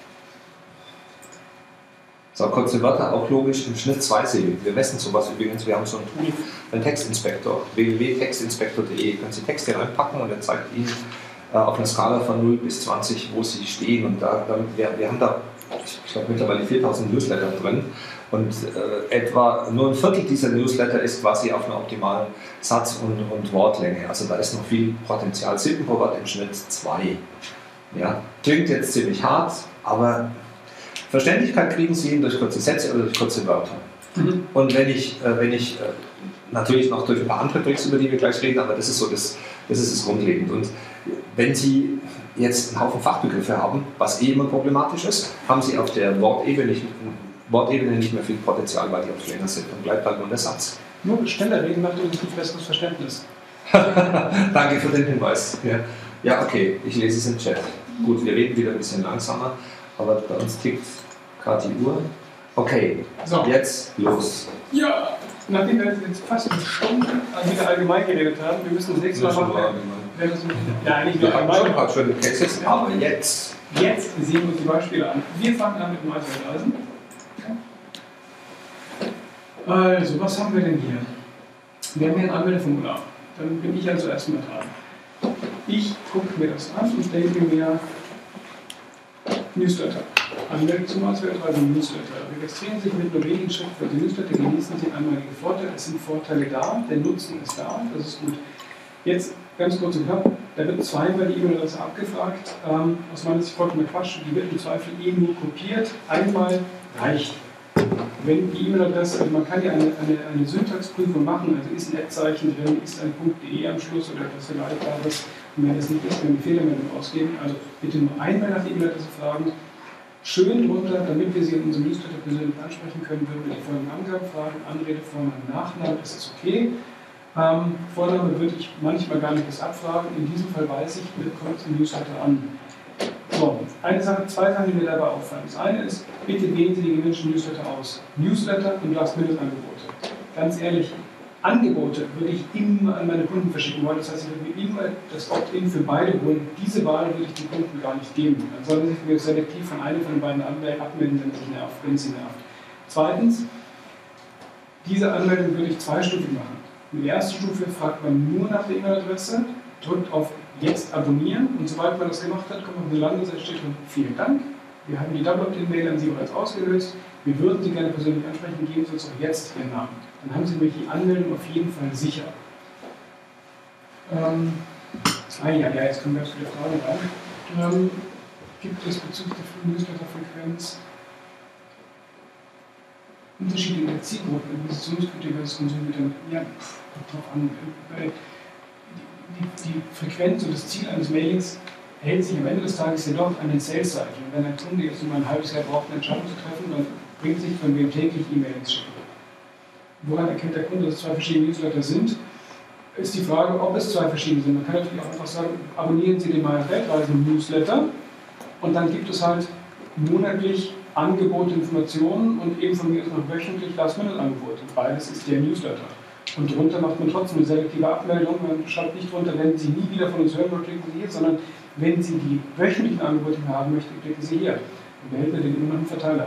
So, kurze Wörter, auch logisch, im Schnitt zweisilbig. Wir messen sowas übrigens, wir haben so ein Tool, einen Textinspektor, w w w punkt textinspektor punkt de. Können Sie Texte reinpacken und er zeigt Ihnen äh, auf einer Skala von null bis zwanzig, wo Sie stehen. Und da, da, wir, wir haben da, ich glaube, mittlerweile viertausend Newsletter drin. Und äh, etwa nur ein Viertel dieser Newsletter ist quasi auf einer optimalen Satz- und, und Wortlänge. Also da ist noch viel Potenzial. Silben pro Wort im Schnitt zwei. Ja, klingt jetzt ziemlich hart, aber Verständlichkeit kriegen Sie hin durch kurze Sätze oder durch kurze Wörter. Mhm. Und wenn ich, äh, wenn ich äh, natürlich noch durch ein paar andere Tricks, über die wir gleich reden, aber das ist so das, das ist das Grundlegend. Und wenn Sie jetzt einen Haufen Fachbegriffe haben, was eh immer problematisch ist, haben Sie auf der Wortebene nicht, Wortebene nicht mehr viel Potenzial, weil die auf länger sind. Dann bleibt halt nur der Satz. Nur schneller reden macht übrigens ein besseres Verständnis. Danke für den Hinweis. Ja. ja, okay, ich lese es im Chat. Gut, wir reden wieder ein bisschen langsamer, aber bei uns tickt gerade die Uhr. Okay, so. Jetzt los. Ja, nachdem wir jetzt fast eine Stunde wieder allgemein geredet haben, wir müssen das nächste Mal machen. Wir müssen, ja, nicht nur allgemein. Schon ein paar schöne Cases, aber jetzt. Jetzt sehen wir uns die Beispiele an. Wir fangen an mit dem Eisen. Also, was haben wir denn hier? Wir haben hier ein Anmeldeformular. Dann bin ich also erstmal dran. Ich gucke mir das an und denke mir, Newsletter. Anmeldung zum Auswertung, Newsletter. Registrieren Sie sich mit nur wenigen Schritten für die Newsletter, genießen Sie einmalige Vorteile. Es sind Vorteile da, der Nutzen ist da, das ist gut. Jetzt ganz kurz und knapp, da wird zweimal die E-Mail-Adresse abgefragt. Ähm, aus meiner Sicht vollkommen Quatsch, die wird im Zweifel eh nur kopiert. Einmal reicht. Wenn die E-Mail-Adresse, also man kann ja eine, eine, eine Syntaxprüfung machen, also ist ein Ad-Zeichen drin, ist ein .de am Schluss oder etwas Vergleichbares. Und wenn das nicht ist, können wir die Fehlermeldung ausgeben. Also bitte nur einmal nach der E-Mail-Adresse fragen. Schön drunter, damit wir Sie in unserem Newsletter persönlich ansprechen können, würden wir die folgenden Angaben fragen. Anrede, Vorname, Nachname, das ist okay. Ähm, Vorname würde ich manchmal gar nicht das abfragen. In diesem Fall weiß ich, mir kommt es im Newsletter an. So, eine Sache, zwei Sachen, die mir dabei auffallen. Das eine ist, bitte wählen Sie die gewünschten Newsletter aus. Newsletter und Last-Minute-Angebote. Ganz ehrlich, Angebote würde ich immer an meine Kunden verschicken wollen. Das heißt, ich würde mir immer das Opt-in für beide holen. Diese Wahl würde ich den Kunden gar nicht geben. Dann sollen sie sich mir selektiv von einem von den beiden abmelden, wenn es sie nervt, wenn es sie nervt. Zweitens, diese Anmeldung würde ich zweistufig machen. In der ersten Stufe fragt man nur nach der E-Mail-Adresse, drückt auf jetzt abonnieren und sobald man das gemacht hat, kommt auf eine Landungsseite, steht drin, vielen Dank, wir haben die Double Opt-in-Mail an Sie bereits ausgelöst, wir würden Sie gerne persönlich ansprechen, geben Sie uns auch jetzt Ihren Namen. Dann haben Sie nämlich die Anmeldung auf jeden Fall sicher. Ähm, ah ja, ja, jetzt kommen ganz viele Fragen rein. Ähm, gibt es bezüglich der Newsletter-Frequenz Unterschiede in der Zielgruppe, Investitionsgüter versus Konsumgüter? Ja, pff, kommt drauf an. Weil die, die Frequenz und das Ziel eines Mailings hält sich am Ende des Tages jedoch an den Sales-Seiten. Und wenn ein Kunde jetzt nur ein halbes Jahr braucht, eine Entscheidung zu treffen, dann bringt sich von wem täglich E-Mails schicken. Woran erkennt der Kunde, dass es zwei verschiedene Newsletter sind? Ist die Frage, ob es zwei verschiedene sind. Man kann natürlich auch einfach sagen, abonnieren Sie den Meier Weltreisen-Newsletter und dann gibt es halt monatlich Angebote, Informationen und eben von mir ist noch wöchentlich Last-Minute-Angebote. Beides ist der Newsletter. Und drunter macht man trotzdem eine selektive Abmeldung. Man schreibt nicht drunter, wenn Sie nie wieder von uns hören wollen, klicken Sie hier, sondern wenn Sie die wöchentlichen Angebote haben möchten, klicken Sie hier. Und behält man den immer noch im Verteiler.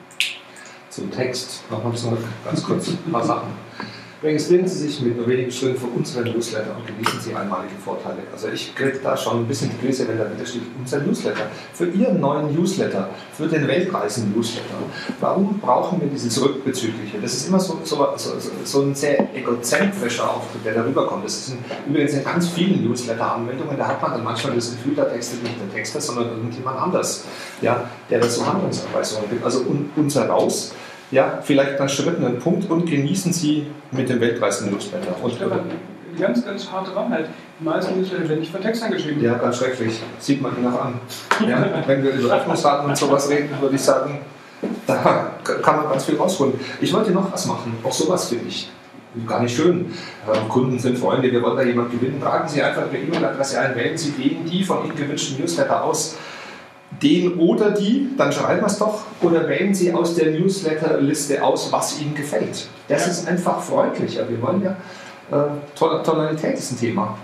Zum Text nochmal zurück, ganz kurz ein paar Sachen. Registrieren Sie sich mit nur wenigen Schritten für unseren Newsletter und genießen Sie einmalige Vorteile. Also ich kriege da schon ein bisschen die Krise, wenn da wieder steht, unser Newsletter. Für Ihren neuen Newsletter, für den Weltreisen-Newsletter, warum brauchen wir dieses Rückbezügliche? Das ist immer so, so, so, so ein sehr egozentrischer Auftritt, der darüber kommt. Das ist in, übrigens in ganz vielen Newsletter-Anmeldungen, da hat man dann manchmal das Gefühl, da textet nicht der Texter, sondern irgendjemand anders, ja, der das so Handlungsanweisungen gibt. Also un, unser raus. Ja, vielleicht dann Schritt einen Punkt und genießen Sie mit dem Weltreisen-Newsletter. Und Stefan, eine ganz, ganz harte Wahrheit. Die meisten Newsletter werden nicht von Textern geschrieben. Ja, ganz schrecklich. Sieht man ihn auch an. Ja, wenn wir über Öffnungsdaten und sowas reden, würde ich sagen, da kann man ganz viel rausholen. Ich wollte noch was machen. Auch sowas finde ich gar nicht schön. Ähm, Kunden sind Freunde, wir wollen da jemanden gewinnen. Tragen Sie einfach Ihre E-Mail-Adresse ein, wählen Sie den, die von Ihnen gewünschten Newsletter aus. Den oder die, dann schreiben wir es doch, oder wählen Sie aus der Newsletterliste aus, was Ihnen gefällt. Das ja. ist einfach freundlicher. Wir wollen ja, äh, Tonalität ist ein Thema.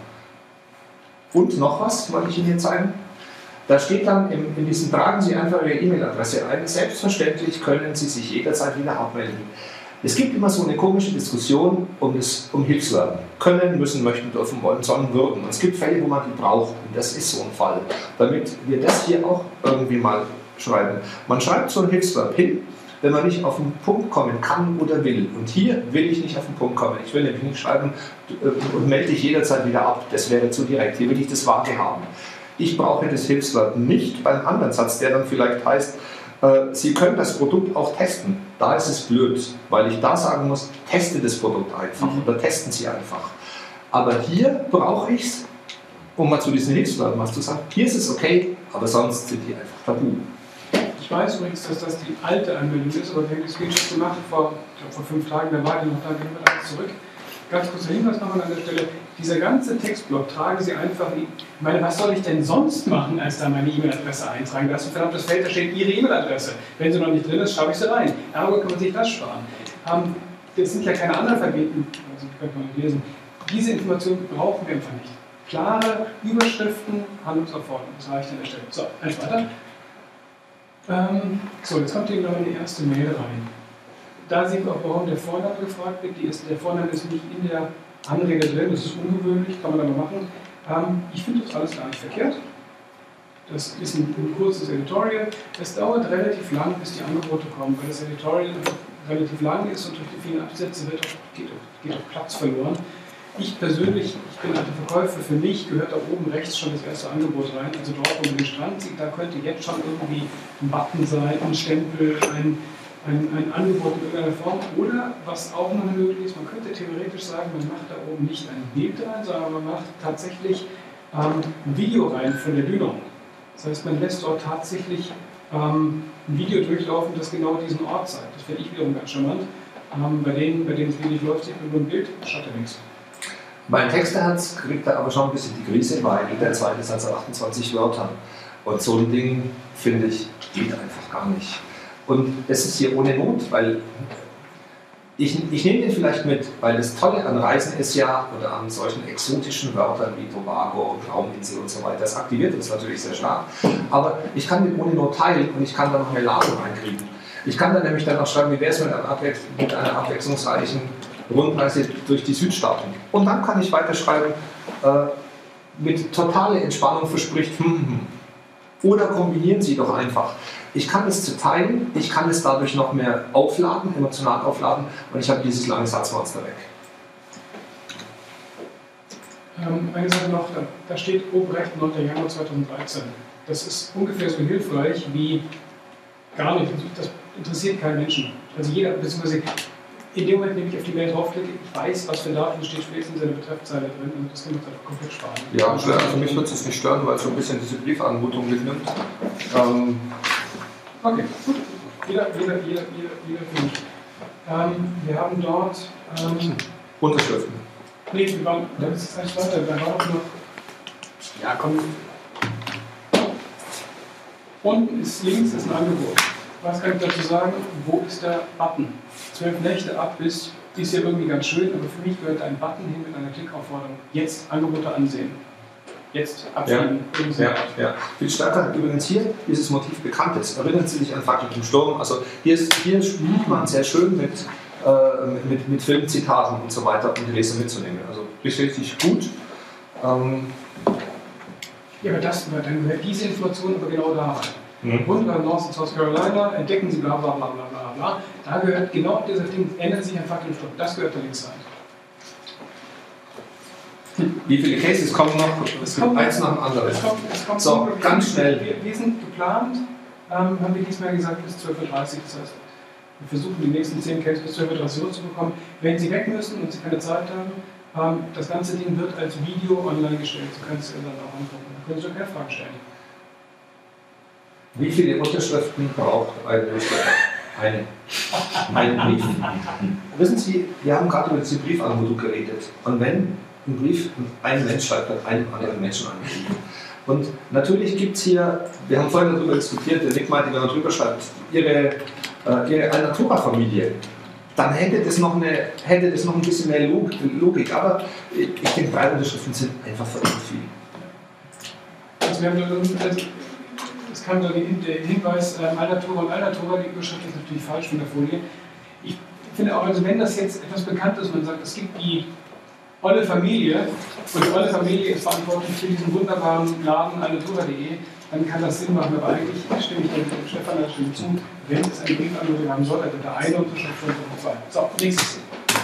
Und noch was, wollte ich Ihnen hier zeigen. Da steht dann, in, in diesem tragen Sie einfach Ihre E-Mail-Adresse ein. Selbstverständlich können Sie sich jederzeit wieder abmelden. Es gibt immer so eine komische Diskussion um, das, um Hilfsverben. Können, müssen, möchten, dürfen, wollen, sollen, würden. Und es gibt Fälle, wo man die braucht. Und das ist so ein Fall. Damit wir das hier auch irgendwie mal schreiben. Man schreibt so ein Hilfsverb hin, wenn man nicht auf den Punkt kommen kann oder will. Und hier will ich nicht auf den Punkt kommen. Ich will nämlich nicht schreiben und melde dich jederzeit wieder ab. Das wäre zu direkt. Hier will ich das Vage haben. Ich brauche das Hilfsverb nicht beim anderen Satz, der dann vielleicht heißt, Sie können das Produkt auch testen. Da ist es blöd, weil ich da sagen muss, teste das Produkt einfach mhm. oder testen Sie einfach. Aber hier brauche ich es, um mal zu diesen Hilfsverben was zu sagen. Hier ist es okay, aber sonst sind die einfach tabu. Ich weiß übrigens, dass das die alte Anmeldung ist, aber wir haben die Screenshots gemacht vor, ich glaube, vor fünf Tagen, da war die noch da, gehen wir da zurück. Ganz kurzer Hinweis nochmal an der Stelle. Dieser ganze Textblock tragen Sie einfach in. Ich meine, was soll ich denn sonst machen, als da meine E-Mail-Adresse eintragen? Da ist ein verdammtes Feld, da steht Ihre E-Mail-Adresse. Wenn sie noch nicht drin ist, schreibe ich sie rein. Darüber kann man sich das sparen. Ähm, das sind ja keine Analphabeten, also könnte man nicht lesen. Diese Informationen brauchen wir einfach nicht. Klare Überschriften, Handlungsaufforderungen, das reicht an der Stelle. So, eins weiter. Ähm, so, jetzt kommt hier noch eine erste Mail rein. Da sehen wir auch, warum der Vorname gefragt wird. Die ist, der Vorname ist nicht in der Anrede drin, das ist ungewöhnlich, kann man aber machen. Ähm, ich finde das alles gar nicht verkehrt. Das ist ein, ein kurzes Editorial. Es dauert relativ lang, bis die Angebote kommen, weil das Editorial relativ lang ist und durch die vielen Absätze wird auch, geht, auch, geht auch Platz verloren. Ich persönlich, ich bin alter Verkäufer, für mich gehört da oben rechts schon das erste Angebot rein. Also dort, wo man den Strand sieht, da könnte jetzt schon irgendwie ein Button sein, ein Stempel, ein Ein, ein Angebot in irgendeiner Form oder, was auch noch möglich ist, man könnte theoretisch sagen, man macht da oben nicht ein Bild rein, sondern man macht tatsächlich ähm, ein Video rein von der Dünung. Das heißt, man lässt dort tatsächlich ähm, ein Video durchlaufen, das genau diesen Ort zeigt. Das finde ich wiederum ganz charmant. Ähm, bei denen, bei denen es wenig läuft, sieht man nur ein Bild, schaut ja nichts. Mein Texterherz kriegt da aber schon ein bisschen die Krise, weil der zweite Satz hat achtundzwanzig Wörtern. Und so ein Ding, finde ich, geht einfach gar nicht. Und das ist hier ohne Not, weil ich, ich nehme den vielleicht mit, weil das Tolle an Reisen ist ja, oder an solchen exotischen Wörtern wie Tobago, Trauminsel und so weiter, das aktiviert uns natürlich sehr stark. Aber ich kann den ohne Not teilen und ich kann da noch eine Ladung reinkriegen. Ich kann dann nämlich dann auch schreiben, wie wäre es mit, mit einer abwechslungsreichen Rundreise durch die Südstaaten. Und dann kann ich weiterschreiben, äh, mit totaler Entspannung verspricht, hm, hm. Oder kombinieren Sie doch einfach. Ich kann es zerteilen, ich kann es dadurch noch mehr aufladen, emotional aufladen und ich habe dieses lange Satzmonster weg. Ähm, eine Sache noch, da, da steht oben rechts neunter Januar zweitausenddreizehn. Das ist ungefähr so hilfreich wie gar nicht. Das interessiert keinen Menschen. Also jeder, beziehungsweise in dem Moment, wenn ich auf die Mail draufklicke, ich weiß, was für Daten steht spätestens in der Betreffzeile drin und das kann man einfach komplett sparen. Ja, also mich wird es nicht stören, weil es so ein bisschen diese Briefanmutung mitnimmt. Ähm okay, gut. Jeder, jeder, jeder, jeder, jeder für mich. Ähm, wir haben dort ähm, Unterschriften. Nee, wir waren, das ist eigentlich weiter, da war auch noch. Ja, komm. Unten ist links ist ein Angebot. Was kann ich dazu sagen? Wo ist der Button? Zwölf Nächte ab bis, ist ja irgendwie ganz schön, aber für mich gehört ein Button hin mit einer Klickaufforderung. Jetzt Angebote ansehen. Jetzt abschieben. Ja, ja, ja. Viel stärker übrigens hier, dieses Motiv bekannt ist. Erinnern Sie sich an Fackel im Sturm? Also hier, ist, hier spielt man sehr schön mit, äh, mit, mit Filmzitaten und so weiter, um die Leser mitzunehmen. Also richtig, richtig gut. Ähm ja, aber das, dann gehört diese Information aber genau da rein. Mhm. Wunderbar, North South Carolina, entdecken Sie bla bla bla bla bla bla. Da gehört genau dieser Ding, ändert sich ein Fackel im Sturm. Das gehört da links rein. Wie viele Cases kommen noch? Es kommt eins nach dem anderen. Es kommt, es kommt so, ganz schnell. Wir, wir sind geplant, ähm, haben wir diesmal gesagt, bis zwölf Uhr dreißig. Das heißt, wir versuchen die nächsten zehn Cases bis zwölf Uhr dreißig zu bekommen. Wenn Sie weg müssen und Sie keine Zeit haben, ähm, das ganze Ding wird als Video online gestellt. Sie können es dann auch angucken. Da können Sie auch keine Fragen stellen. Wie viele Unterschriften braucht ein Newsletter? Eine. Ein Brief. Wissen Sie, wir haben gerade über diese Briefanmutung geredet. Und wenn ein Brief ein Mensch schreibt, hat einem anderen Menschen angeschrieben. Und natürlich gibt es hier, wir haben vorhin darüber diskutiert, der Nick meinte, wenn man drüber schreibt, Ihre, äh, ihre Alnatura-Familie, dann hätte das, noch eine, hätte das noch ein bisschen mehr Logik. Aber ich denke, drei Unterschriften sind einfach verdammt viel. Also wir haben da, also es kam da der Hinweis, ähm, Alnatura und Alnatura, die Überschrift ist natürlich falsch von der Folie. Ich finde auch, also wenn das jetzt etwas bekannt ist, man sagt, es gibt die Olle Familie und die Olle Familie ist verantwortlich für diesen wunderbaren Laden alnatura punkt de, dann kann das Sinn machen, aber eigentlich stimme ich dem Stefan da stimme zu, wenn es eine Briefanmutung haben soll, dann da eine Unterschrift von zwei. So, nächstes.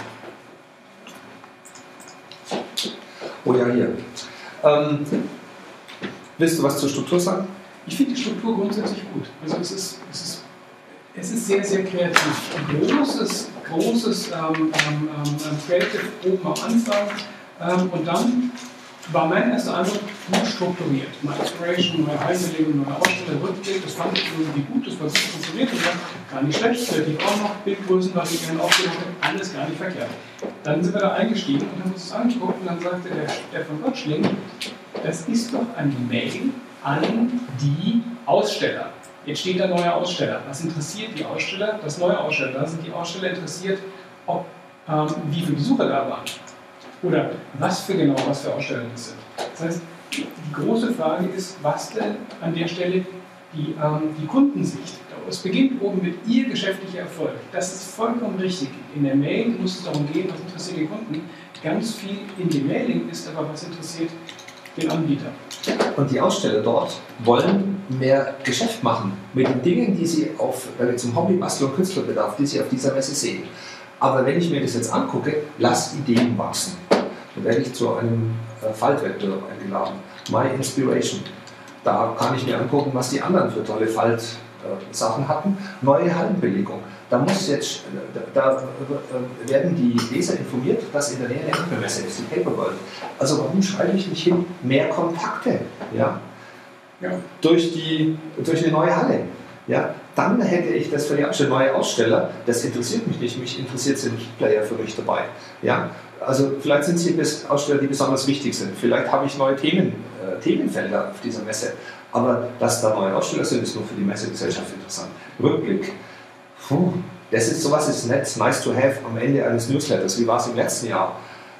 Oh ja, hier. Ähm, willst du was zur Struktur sagen? Ich finde die Struktur grundsätzlich gut. Also es ist, es ist, es ist sehr, sehr kreativ. Ein großes, großes ähm, ähm, ähm, Creative oben am Anfang ähm, und dann war mein erster Eindruck gut strukturiert. Mal Inspiration, neue Einbelegung, neue Ausstellung, Rückblick, das fand ich irgendwie gut, das war gut strukturiert und dann gar nicht schlecht. Kreativ auch noch, Bildgrößen variieren, Aufstellungen, alles gar nicht verkehrt. Dann sind wir da eingestiegen und haben uns das angeguckt und dann sagte der Stefan Gottschling, das ist doch eine Mail an die Aussteller. Jetzt steht da neuer Aussteller. Was interessiert die Aussteller? Das neue Aussteller. Da sind die Aussteller interessiert, ob, ähm, wie viele Besucher da waren. Oder was für genau, was für Aussteller das sind. Das heißt, die große Frage ist, was denn an der Stelle die, ähm, die Kundensicht. Es beginnt oben mit Ihr geschäftlicher Erfolg. Das ist vollkommen richtig. In der Mail muss es darum gehen, was interessiert den Kunden. Ganz viel in dem Mailing ist aber, was interessiert den Anbieter. Und die Aussteller dort wollen mehr Geschäft machen mit den Dingen, die sie auf, äh, zum Hobby, Bastel und Künstlerbedarf, die sie auf dieser Messe sehen. Aber wenn ich mir das jetzt angucke, lass Ideen wachsen. Dann werde ich zu einem äh, Faltwettbewerb eingeladen. My Inspiration. Da kann ich mir angucken, was die anderen für tolle Faltsachen äh, hatten. Neue Hallenbelegung. Da muss jetzt, da, da äh, werden die Leser informiert, dass in der Nähe eine Apple-Messe ist, die Paperworld. Also warum schreibe ich nicht hin, mehr Kontakte, ja? Ja. Durch, die, durch eine neue Halle. Ja? Dann hätte ich das für die Aussteller, neue Aussteller, das interessiert mich nicht, mich interessiert, sind Player für mich dabei. Ja? Also vielleicht sind sie Aussteller, die besonders wichtig sind. Vielleicht habe ich neue Themen, äh, Themenfelder auf dieser Messe. Aber dass da neue Aussteller sind, ist nur für die Messegesellschaft interessant. Rückblick. Puh, das ist sowas, ist nett, nice to have am Ende eines Newsletters. Wie war es im letzten Jahr?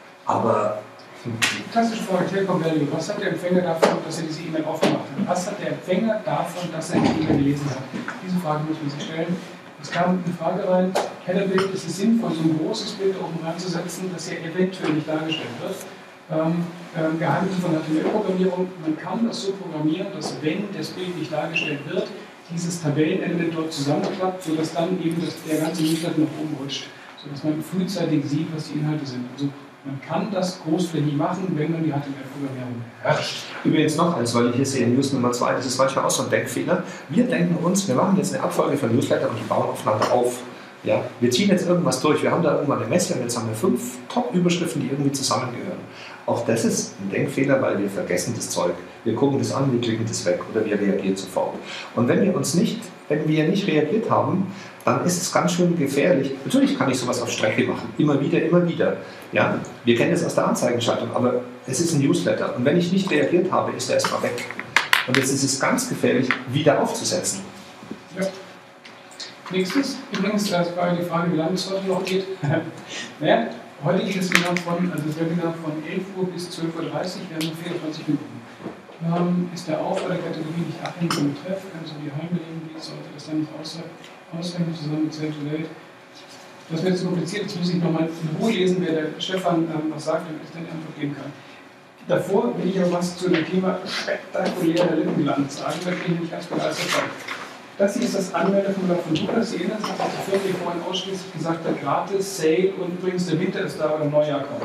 Aber. Klassische Frage: Telekom Value. Was hat der Empfänger davon, dass er diese E-Mail aufgemacht hat? Was hat der Empfänger davon, dass er die E-Mail gelesen hat? Diese Frage muss man sich stellen. Es kam eine Frage rein: Headerbild, ist es sinnvoll, so ein großes Bild oben reinzusetzen, das ja eventuell nicht dargestellt wird? Ähm, ähm, Geheimnisse von H T M L-Programmierung, man kann das so programmieren, dass wenn das Bild nicht dargestellt wird, dieses Tabellenelement dort zusammenklappt, sodass dann eben das, der ganze Newsletter nach oben rutscht, sodass man frühzeitig sieht, was die Inhalte sind. Also man kann das großflächig machen, wenn man die H T M L-Programmierung beherrscht. Übrigens noch eins, weil ich hier sehe, News Nummer zwei, das ist manchmal auch so ein Denkfehler. Wir denken uns, wir machen jetzt eine Abfolge von Newsletter und die bauen aufeinander auf. Ja, wir ziehen jetzt irgendwas durch, wir haben da irgendwann eine Messe und jetzt haben wir fünf Top-Überschriften, die irgendwie zusammengehören. Auch das ist ein Denkfehler, weil wir vergessen das Zeug. Wir gucken das an, wir klicken das weg oder wir reagieren sofort. Und wenn wir uns nicht, wenn wir nicht reagiert haben, dann ist es ganz schön gefährlich. Natürlich kann ich sowas auf Strecke machen, immer wieder, immer wieder. Ja, wir kennen das aus der Anzeigenschaltung, aber es ist ein Newsletter und wenn ich nicht reagiert habe, ist er erstmal weg. Und jetzt ist es ganz gefährlich, wieder aufzusetzen. Ja. Nächstes, übrigens, das war die Frage, wie lange es heute noch geht. naja, heute geht es Webinar von, also das Webinar von elf Uhr bis zwölf Uhr dreißig, wir haben noch vierundzwanzig Minuten. Ähm, ist der Aufbau der Kategorie nicht abhängig vom Betreff, kannst du die Heimbelegen, wie sollte das dann nicht ausreichen, zusammen mit Zelt to Welt? Das wird zu kompliziert, jetzt muss ich nochmal in Ruhe lesen, wer der Stefan ähm, was sagt, damit ich dann die Antwort geben kann. Davor will ich aber was zu dem Thema spektakulärer Lippenglanz sagen, da bin ich nicht ganz begeistert sein. Das hier ist das Anmeldeformular von Douglas. Sie erinnern sich, dass die Firma, die vorhin ausschließlich gesagt hat, gratis, Sale und übrigens der Winter ist da, oder Neujahr kommt.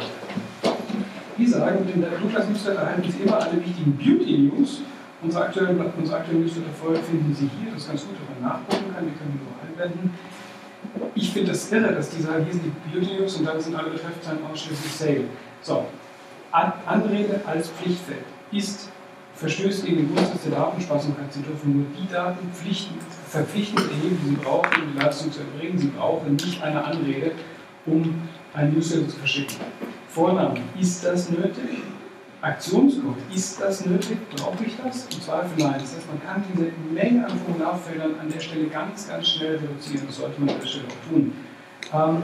Die sagen, in der Douglas Newsletter erhalten Sie immer alle wichtigen Beauty-News. Unsere aktuelle, unsere aktuelle Newsletter finden Sie hier, das ist ganz gut, dass man nachgucken kann, die können wir nur einblenden. Ich finde das irre, dass die sagen, hier sind die Beauty-News und dann sind alle Betreffzeilen ausschließlich Sale. So, An Anrede als Pflichtfeld ist verstößt gegen den Grundsatz der Datensparsamkeit. Sie dürfen nur die Daten pflichten, verpflichtend erheben, die Sie brauchen, um die Leistung zu erbringen. Sie brauchen nicht eine Anrede, um ein Newsletter zu verschicken. Vorname, ist das nötig? Aktionscode, ist das nötig? Brauche ich das? Im Zweifel nein. Das heißt, man kann diese Menge an Formularfeldern an der Stelle ganz, ganz schnell reduzieren. Das sollte man an der Stelle auch tun. Ähm,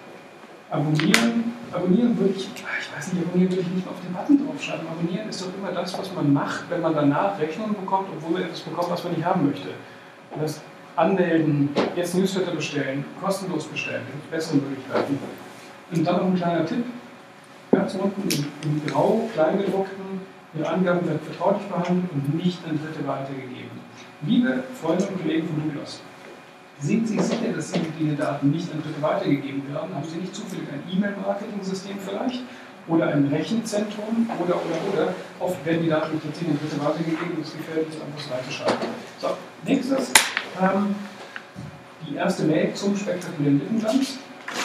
abonnieren, abonnieren würde ich, ich weiß nicht, abonnieren würde ich nicht auf den Button draufschreiben. Abonnieren ist doch immer das, was man macht, wenn man danach Rechnungen bekommt, obwohl man etwas bekommt, was man nicht haben möchte. Das Anmelden, jetzt Newsletter bestellen, kostenlos bestellen, gibt bessere Möglichkeiten. Und dann noch ein kleiner Tipp. Ganz unten im, im Grau, Kleingedruckten, Ihre Angaben werden vertraulich behandelt und nicht an Dritte weitergegeben. Liebe Freunde und Kollegen von Douglas, sind Sie sicher, dass Ihnen diese Daten nicht an Dritte weitergegeben werden? Haben Sie nicht zufällig ein E-Mail-Marketing-System vielleicht? Oder ein Rechenzentrum? Oder, oder, oder. Oft werden die Daten nicht tatsächlich an Dritte weitergegeben und es gefällt uns einfach weiterschreiben. So, nächstes. Ähm, die erste Mail zum spektakulären Lippenglanz.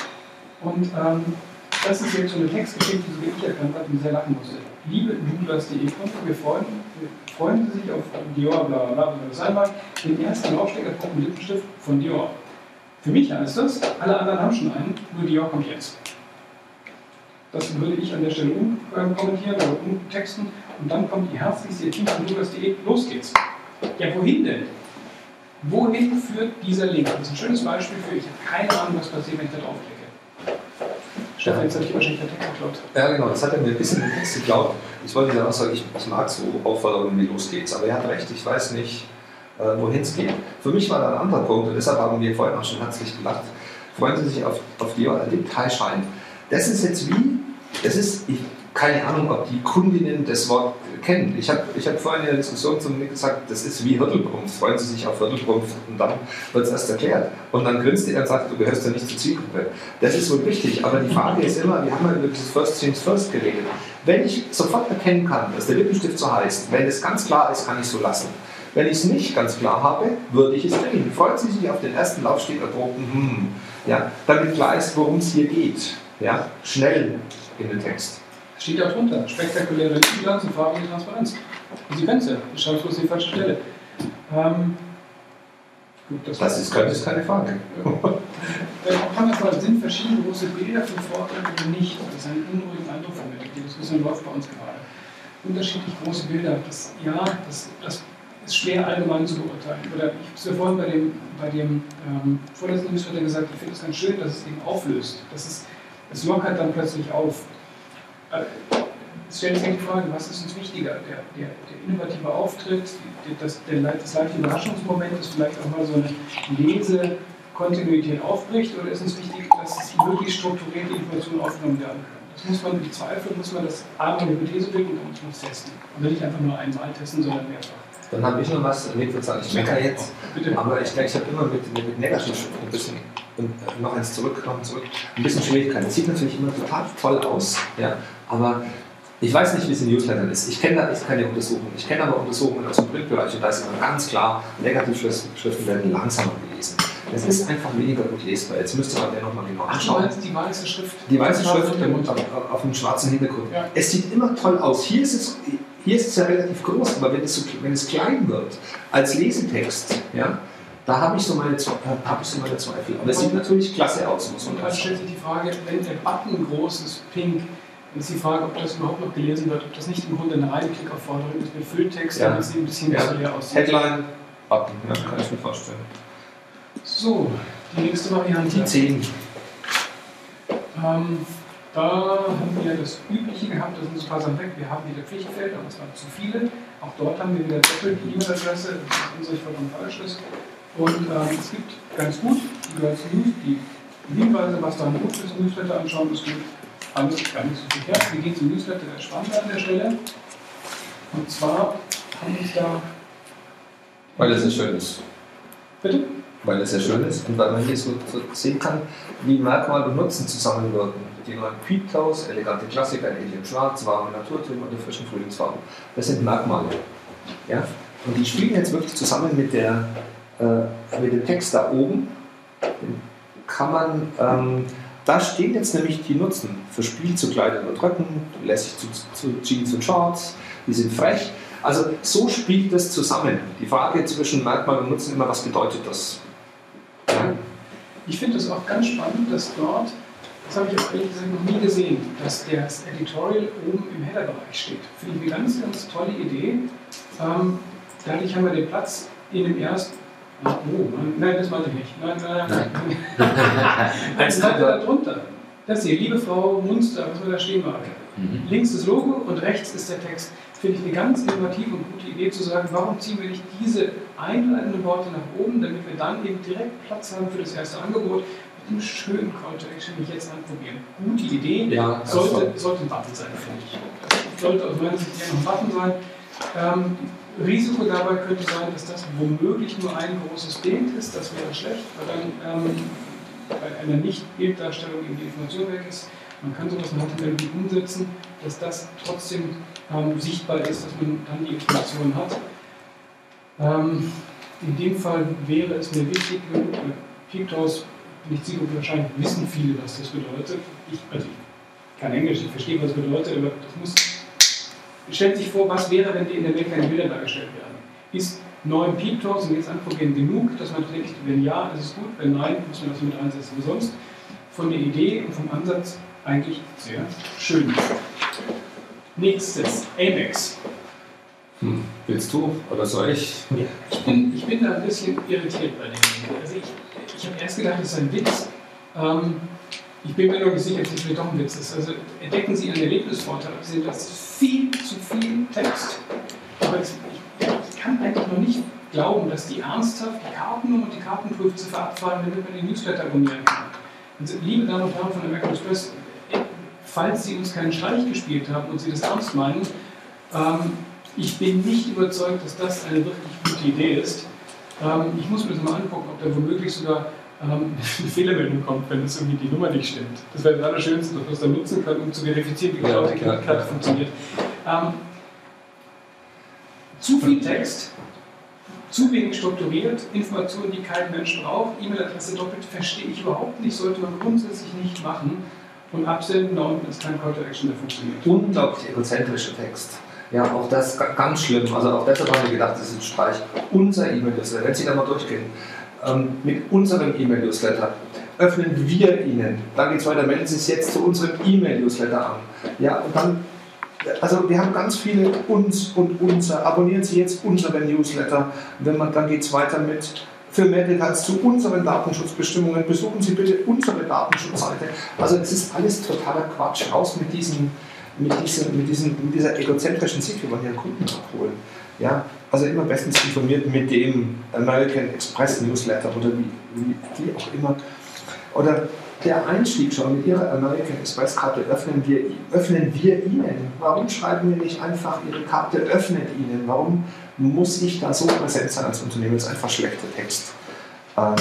Und ähm, das ist jetzt so eine Textgeschichte, die ich erkannt habe, die sehr lachen musste. Liebe Douglas punkt de Kunden, wir freuen, wir freuen Sie sich auf Dior, bla bla bla, was das sein mag, den ersten Laufstecker-Druck Lippenstift von Dior. Für mich heißt das, alle anderen haben schon einen, nur Dior kommt jetzt. Das würde ich an der Stelle umkommentieren oder umtexten und dann kommt die herzlichste Team von Douglas punkt de, los geht's. Ja, wohin denn? Wohin führt dieser Link? Das ist ein schönes Beispiel für, ich habe keine Ahnung, was passiert, wenn ich da draufklicke. Stefan, jetzt habe ich wahrscheinlich den Text geklaut. Ja, genau, das hat er mir ein bisschen den Text geklaut. Ich wollte dann auch sagen, ich, ich mag so Aufforderungen wie los geht's, aber er hat recht, ich weiß nicht, äh, wohin es geht. Für mich war da ein anderer Punkt und deshalb haben wir vorhin auch schon herzlich gelacht. Freuen Sie sich auf, auf die Detailschein. Das ist jetzt wie, das ist, ich, keine Ahnung, ob die Kundinnen das Wort kennen. Ich habe ich hab vorhin in der Diskussion zu mir gesagt, das ist wie Hürdelbrumpf. Freuen Sie sich auf Hürdelbrumpf und dann wird es erst erklärt. Und dann grinst er und sagt, du gehörst ja nicht zur Zielgruppe. Das ist wohl wichtig, aber die Frage ist immer, wir haben ja über dieses First Things First geredet. Wenn ich sofort erkennen kann, dass der Lippenstift so heißt, wenn es ganz klar ist, kann ich es so lassen. Wenn ich es nicht ganz klar habe, würde ich es drehen. Freuen Sie sich auf den ersten Laufsteg-Drucken, hm, ja, damit klar ist, worum es hier geht. Ja, schnell in den Text. Steht da drunter, spektakuläre Lippenglanz und farbige Transparenz. Und Sie kennen es ja, ich schreibe es bloß an die falsche Stelle. Ähm, gut, das das ist, keine, ist keine Frage. Auch kann man fragen, sind verschiedene große Bilder von Vorteil oder nicht? Das ist ein unruhiger Eindruck vermittelt. Die Diskussion läuft bei uns gerade. Unterschiedlich große Bilder, das, ja, das, das ist schwer allgemein zu beurteilen. Oder ich habe es ja vorhin bei dem, bei dem ähm, vorletzten Newsletter gesagt, ich finde es ganz schön, dass es eben auflöst. Das ist, es lockert dann plötzlich auf. Es stellt sich die Frage, was ist uns wichtiger? Der, der, der innovative Auftritt, das, der, das leichte Überraschungsmoment, das vielleicht auch mal so eine Lesekontinuität aufbricht, oder ist uns wichtig, dass es wirklich strukturierte Informationen aufgenommen werden können? Das muss man im Zweifel, muss man das A, eine Hypothese bilden und dann muss man es testen. Und nicht einfach nur einmal testen, sondern mehrfach. Dann habe ich noch was, Nick wird sagen, ich meckere jetzt, Bitte. aber ich, ich habe immer mit, mit Negativ ein bisschen, und noch eins zurück, noch zurück, ein bisschen Schwierigkeiten. Das sieht natürlich immer total toll aus, ja, aber ich weiß nicht, wie es in Newslettern ist. Ich kenne da echt keine Untersuchungen. Ich kenne aber Untersuchungen aus dem Printbereich und da ist immer ganz klar, Negativschriften werden langsamer gelesen. Es ist einfach weniger gut lesbar. Jetzt müsste man den nochmal genau anschauen. Ach, die weiße Schrift. Die weiße Schrift auf, auf einem schwarzen Hintergrund. Ja. Es sieht immer toll aus. Hier ist es, hier ist es ja relativ groß, aber wenn es, so, wenn es klein wird, als Lesetext, ja, da habe ich, so meine, hab ich so meine Zweifel. Aber es sieht natürlich klasse aus. Muss man und dann stellt sich die Frage, wenn der Button groß ist, pink, ist die Frage, ob das überhaupt noch gelesen wird, ob das nicht im Grunde eine reine Klickaufforderung ist mit Fülltext, ja. damit es ein bisschen ja. so leer aussieht. Headline, Button, ja, kann ich mir vorstellen. So, die nächste Variante. Die zehn. Ähm, da haben wir das Übliche gehabt, da sind so ein paar Sachen weg. Wir haben wieder Pflichtfelder, aber es waren zu viele. Auch dort haben wir wieder doppelt die E-Mail-Adresse, was in sich vollkommen falsch ist. Und ähm, es gibt ganz gut die Girls News, die Hinweise, was da gut ist, Newsletter anschauen, ist gut. Alles gar nicht so viel her. Wir gehen zum Newsletter, der ist spannend an der Stelle. Und zwar haben wir uns da. Weil es sehr schön ist. Bitte? Weil es sehr schön ist und weil man hier so, so sehen kann, wie Merkmal und Nutzen zusammenwirken. Die neuen Peeptoes, elegante Klassiker, ein Alien Schwarz, warme Naturtöne und die frischen Frühlingsfarben. Das sind Merkmale. Ja? Und die spielen jetzt wirklich zusammen mit, der, äh, mit dem Text da oben. Den kann man. Ähm, Da stehen jetzt nämlich die Nutzen für Spiel zu Kleidern und Röcken, lässig zu, zu Jeans und Shorts, die sind frech. Also so spielt das zusammen. Die Frage zwischen Merkmal und Nutzen immer, was bedeutet das? Ja. Ich finde es auch ganz spannend, dass dort, das habe ich auch ehrlich gesagt noch nie gesehen, dass das Editorial oben im Header-Bereich steht. Finde ich eine ganz, ganz tolle Idee. Ähm, dadurch haben wir den Platz in dem ersten. Oh, nein, das meinte ich nicht. Nein, nein, nein. Als Seite darunter. Das hier, liebe Frau Munster, was wir da stehen mag. Mhm. Links das Logo und rechts ist der Text. Finde ich eine ganz innovative und gute Idee zu sagen, warum ziehen wir nicht diese einleitenden Worte nach oben, damit wir dann eben direkt Platz haben für das erste Angebot mit einem schönen Call to Action, den ich jetzt anprobieren. Gute Idee, ja, sollte, sollte ein Button sein, finde ich. Sollte aus meiner Sicht eher noch ein Button sein. Ähm, Risiko dabei könnte sein, dass das womöglich nur ein großes Bild ist, das wäre schlecht, weil dann ähm, bei einer Nicht-Bilddarstellung eben die Information weg ist. Man kann sowas noch irgendwie umsetzen, dass das trotzdem ähm, sichtbar ist, dass man dann die Informationen hat. Ähm, in dem Fall wäre es mir wichtig, Peeptoes, nicht sicher, wahrscheinlich wissen viele, was das bedeutet. Ich, also ich kann Englisch, ich verstehe, was es bedeutet, aber das muss. Stellt sich vor, was wäre, wenn die in der Welt keine Bilder dargestellt werden? Ist neun Peeptoes und jetzt anprobieren genug, dass man denkt, wenn ja, ist es gut, wenn nein, muss man das mit einsetzen. Wie sonst von der Idee und vom Ansatz eigentlich sehr schön. Nächstes, Amex. Hm. Willst du oder soll ich? Ja, ich, bin, ich bin da ein bisschen irritiert bei dem. Also ich, ich habe erst gedacht, das ist ein Witz. Ähm, Ich bin mir noch nicht sicher, ob das vielleicht doch ein Witz ist. Also entdecken Sie einen Erlebnisvorteil. Sie sehen, das ist viel zu viel Text. Aber ich, ich kann eigentlich noch nicht glauben, dass die ernsthaft die Kartennummer und die Kartenprüfziffer abfallen, damit man den Newsletter abonnieren kann. Also, liebe Damen und Herren von der Mac Express, falls Sie uns keinen Streich gespielt haben und Sie das ernst meinen, ähm, ich bin nicht überzeugt, dass das eine wirklich gute Idee ist. Ähm, ich muss mir das mal angucken, ob da womöglich sogar eine Fehlermeldung kommt, wenn es irgendwie die Nummer nicht stimmt. Das wäre das Allerschönste, dass man es dann nutzen kann, um zu verifizieren, wie genau die Kreditkarte funktioniert. Ähm, zu viel Text, zu wenig strukturiert, Informationen, die kein Mensch braucht, E-Mail-Adresse doppelt, verstehe ich überhaupt nicht, sollte man grundsätzlich nicht machen. Und absenden, da unten ist kein Call to Action, der funktioniert. Unglaublich egozentrischer Text. Ja, auch das ganz schlimm. Also auch deshalb habe ich gedacht, das ist ein Streich. Unser E-Mail-Newsletter, wenn Sie da mal durchgehen, ähm, mit unserem E-Mail-Newsletter öffnen wir Ihnen. Dann geht es weiter, melden Sie sich jetzt zu unserem E-Mail-Newsletter an. Ja, und dann, also wir haben ganz viele uns und unser. Abonnieren Sie jetzt unseren Newsletter. Wenn man, dann geht es weiter mit für mehr Details zu unseren Datenschutzbestimmungen. Besuchen Sie bitte unsere Datenschutzseite. Also es ist alles totaler Quatsch. Raus mit diesen Mit, diesen, mit, diesen, mit dieser egozentrischen Sicht, wie man hier Kunden abholen. Ja, also immer bestens informiert mit dem American Express Newsletter oder wie, wie, wie auch immer. Oder der Einstieg schon mit Ihrer American Express-Karte öffnen wir, öffnen wir Ihnen. Warum schreiben wir nicht einfach, Ihre Karte öffnet Ihnen? Warum muss ich da so präsent sein als Unternehmen? Das ist einfach schlechter Text. Ähm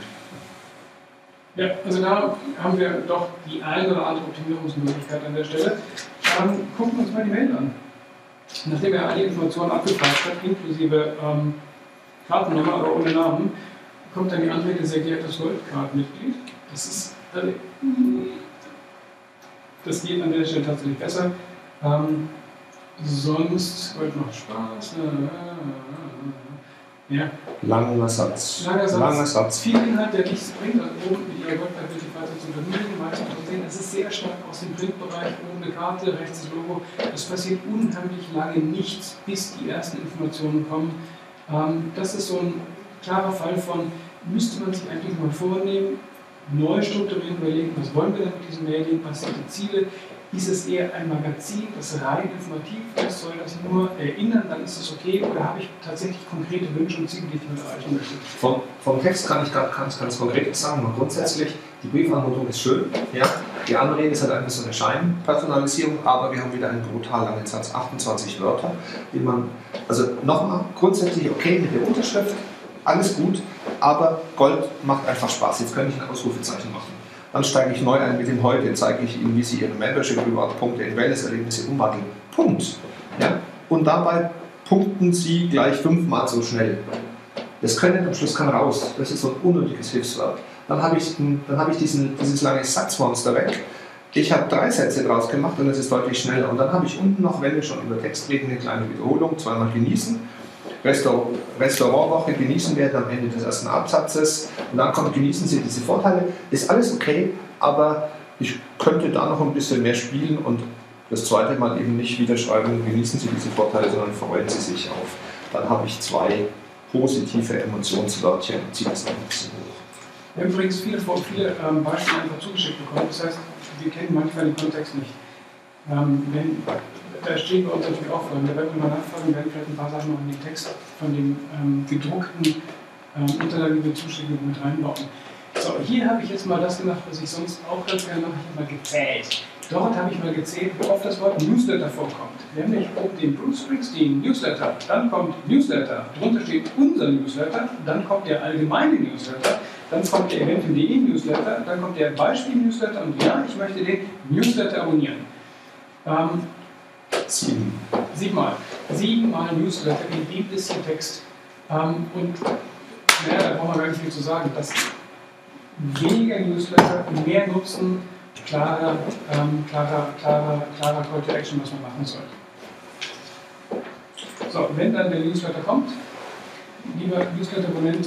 ja, also da haben wir doch die eine oder andere Optimierungsmöglichkeit an der Stelle. Ähm, gucken wir uns mal die Mail an. Nachdem er alle Informationen abgefragt hat, inklusive ähm, Kartennummer, aber ohne Namen, kommt dann die Anrede, sehr geehrtes Goldcard-Mitglied. Das ist, also, das geht an der Stelle tatsächlich besser. Ähm, sonst, Gold macht Spaß. Ja. Langer Satz. Langer Satz. Langer Satz. Viel Inhalt, der nichts bringt, also oben mit Ihrer Goldcard wirklich weiter zu vergnügen, weiter zu sehen. Es ist sehr stark aus dem Printbereich, oben eine Karte, rechts das Logo. Es passiert unheimlich lange nichts, bis die ersten Informationen kommen. Ähm, das ist so ein klarer Fall von, müsste man sich eigentlich mal vornehmen, neu strukturieren, überlegen, was wollen wir denn mit diesem Mailing, was sind die Ziele, ist es eher ein Magazin, das rein informativ ist, soll das nur erinnern, dann ist es okay, oder habe ich tatsächlich konkrete Wünsche und Ziele, die ich mit erreichen möchte? Vom, vom Text kann ich gerade ganz, ganz konkret sagen, mal grundsätzlich, die Briefanmutung ist schön, ja? Die Anrede ist halt einfach so eine Scheinpersonalisierung, aber wir haben wieder einen brutal langen Satz, achtundzwanzig Wörter, die man, also nochmal, grundsätzlich okay mit der Unterschrift, alles gut, aber Gold macht einfach Spaß. Jetzt könnte ich ein Ausrufezeichen machen. Dann steige ich neu ein mit dem Heute, zeige ich Ihnen, wie Sie Ihre Membership-Reward-Punkte in Wellness-Erlebnisse umwandeln. Punkt. Ja? Und dabei punkten Sie gleich fünfmal so schnell. Das können am Schluss kann raus. Das ist so ein unnötiges Hilfswort. Dann habe ich, dann habe ich diesen, dieses lange Satzmonster weg. Ich habe drei Sätze draus gemacht und es ist deutlich schneller. Und dann habe ich unten noch, wenn wir schon über Text reden, eine kleine Wiederholung, zweimal genießen. Restaur Restaurantwoche genießen werden am Ende des ersten Absatzes und dann kommt, genießen Sie diese Vorteile. Ist alles okay, aber ich könnte da noch ein bisschen mehr spielen und das zweite Mal eben nicht wieder schreiben, genießen Sie diese Vorteile, sondern freuen Sie sich auf. Dann habe ich zwei positive Emotionswörtchen und ziehe das noch ein bisschen hoch. Wir haben übrigens viele, viele ähm, Beispiele einfach zugeschickt bekommen, das heißt, wir kennen manchmal den Kontext nicht. Ähm, wenn, da stehen wir uns natürlich auch vor. Da werden wir mal nachfragen, werden vielleicht ein paar Sachen noch in den Text von den ähm, gedruckten ähm, Unterlagen, die wir zuschicken, mit reinbauen. So, hier habe ich jetzt mal das gemacht, was ich sonst auch ganz gerne mache. Ich habe mal gezählt. Dort habe ich mal gezählt, wie oft das Wort Newsletter vorkommt. Wir haben nämlich oben den Bruce Springsteen Newsletter, dann kommt Newsletter, drunter steht unser Newsletter, dann kommt der allgemeine Newsletter, dann kommt der Eventim punkt de Newsletter, dann kommt der Beispiel-Newsletter und ja, ich möchte den Newsletter abonnieren. Ähm, Sieben. Siebenmal. Siebenmal Newsletter in dem bisschen Text. Ähm, und naja, da brauchen wir gar nicht viel zu sagen. Das weniger Newsletter, mehr Nutzen, klarer, ähm, klarer, klarer, klarer Call to Action, was man machen soll. So, wenn dann der Newsletter kommt, lieber Newsletter-Abonnent,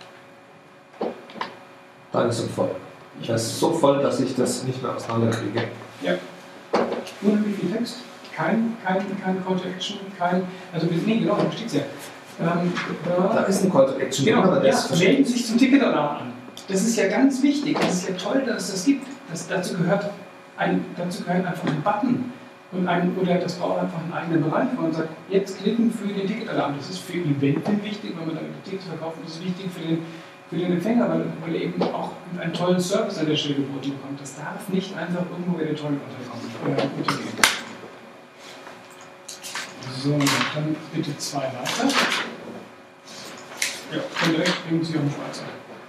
dann ist es voll. Das ist so voll, dass ich das nicht mehr auseinanderkriege. Ja. Unheimlich viel Text. Kein, kein, kein Call to Action, kein, also nee, genau, da steht es ja. Ähm, da, da ist ein Call to Action, genau, aber ja, das melden Sie sich zum Ticketalarm an. Das ist ja ganz wichtig, das ist ja toll, dass es das gibt. Das, dazu, gehört ein, dazu gehört einfach ein Button und ein, oder das braucht einfach einen eigenen Bereich, wo man sagt, jetzt klicken für den Ticketalarm. Das ist für Eventen wichtig, weil man damit Tickets verkauft, das ist wichtig für den, für den Empfänger, weil, weil er eben auch einen tollen Service an der Stelle geboten bekommt. Das darf nicht einfach irgendwo bei den tollen unterkommen oder untergehen. So, dann bitte zwei weiter. Ja, dann direkt bringen Sie Jochen Schweizer.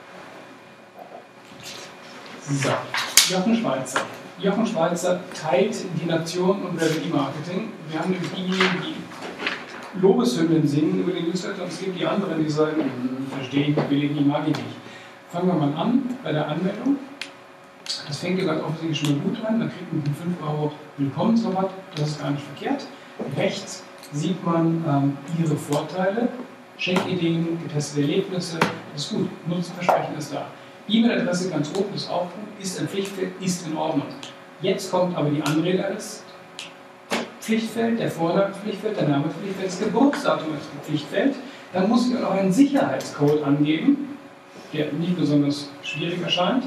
So, Jochen Schweizer. Jochen Schweizer teilt die Nation und Revenue-Marketing. Wir haben nämlich diejenigen, die Lobeshymnen singen über den Newsletter und es gibt die anderen, die sagen, verstehe ich, will ich nicht, mag ich nicht. Fangen wir mal an bei der Anmeldung. Das fängt ja ganz offensichtlich schon mal gut an. Da kriegt man einen fünf Euro Willkommensrabatt. Das ist gar nicht verkehrt. Rechts sieht man ähm, ihre Vorteile, Schenkideen, getestete Erlebnisse, das ist gut, Nutzenversprechen ist da. E-Mail-Adresse ganz oben ist auch gut, ist ein Pflichtfeld, ist in Ordnung. Jetzt kommt aber die Anrede als Pflichtfeld, der Vorname Pflichtfeld, der Name Pflichtfeld, das Geburtsdatum ist Pflichtfeld. Dann muss ich auch noch einen Sicherheitscode angeben, der nicht besonders schwierig erscheint.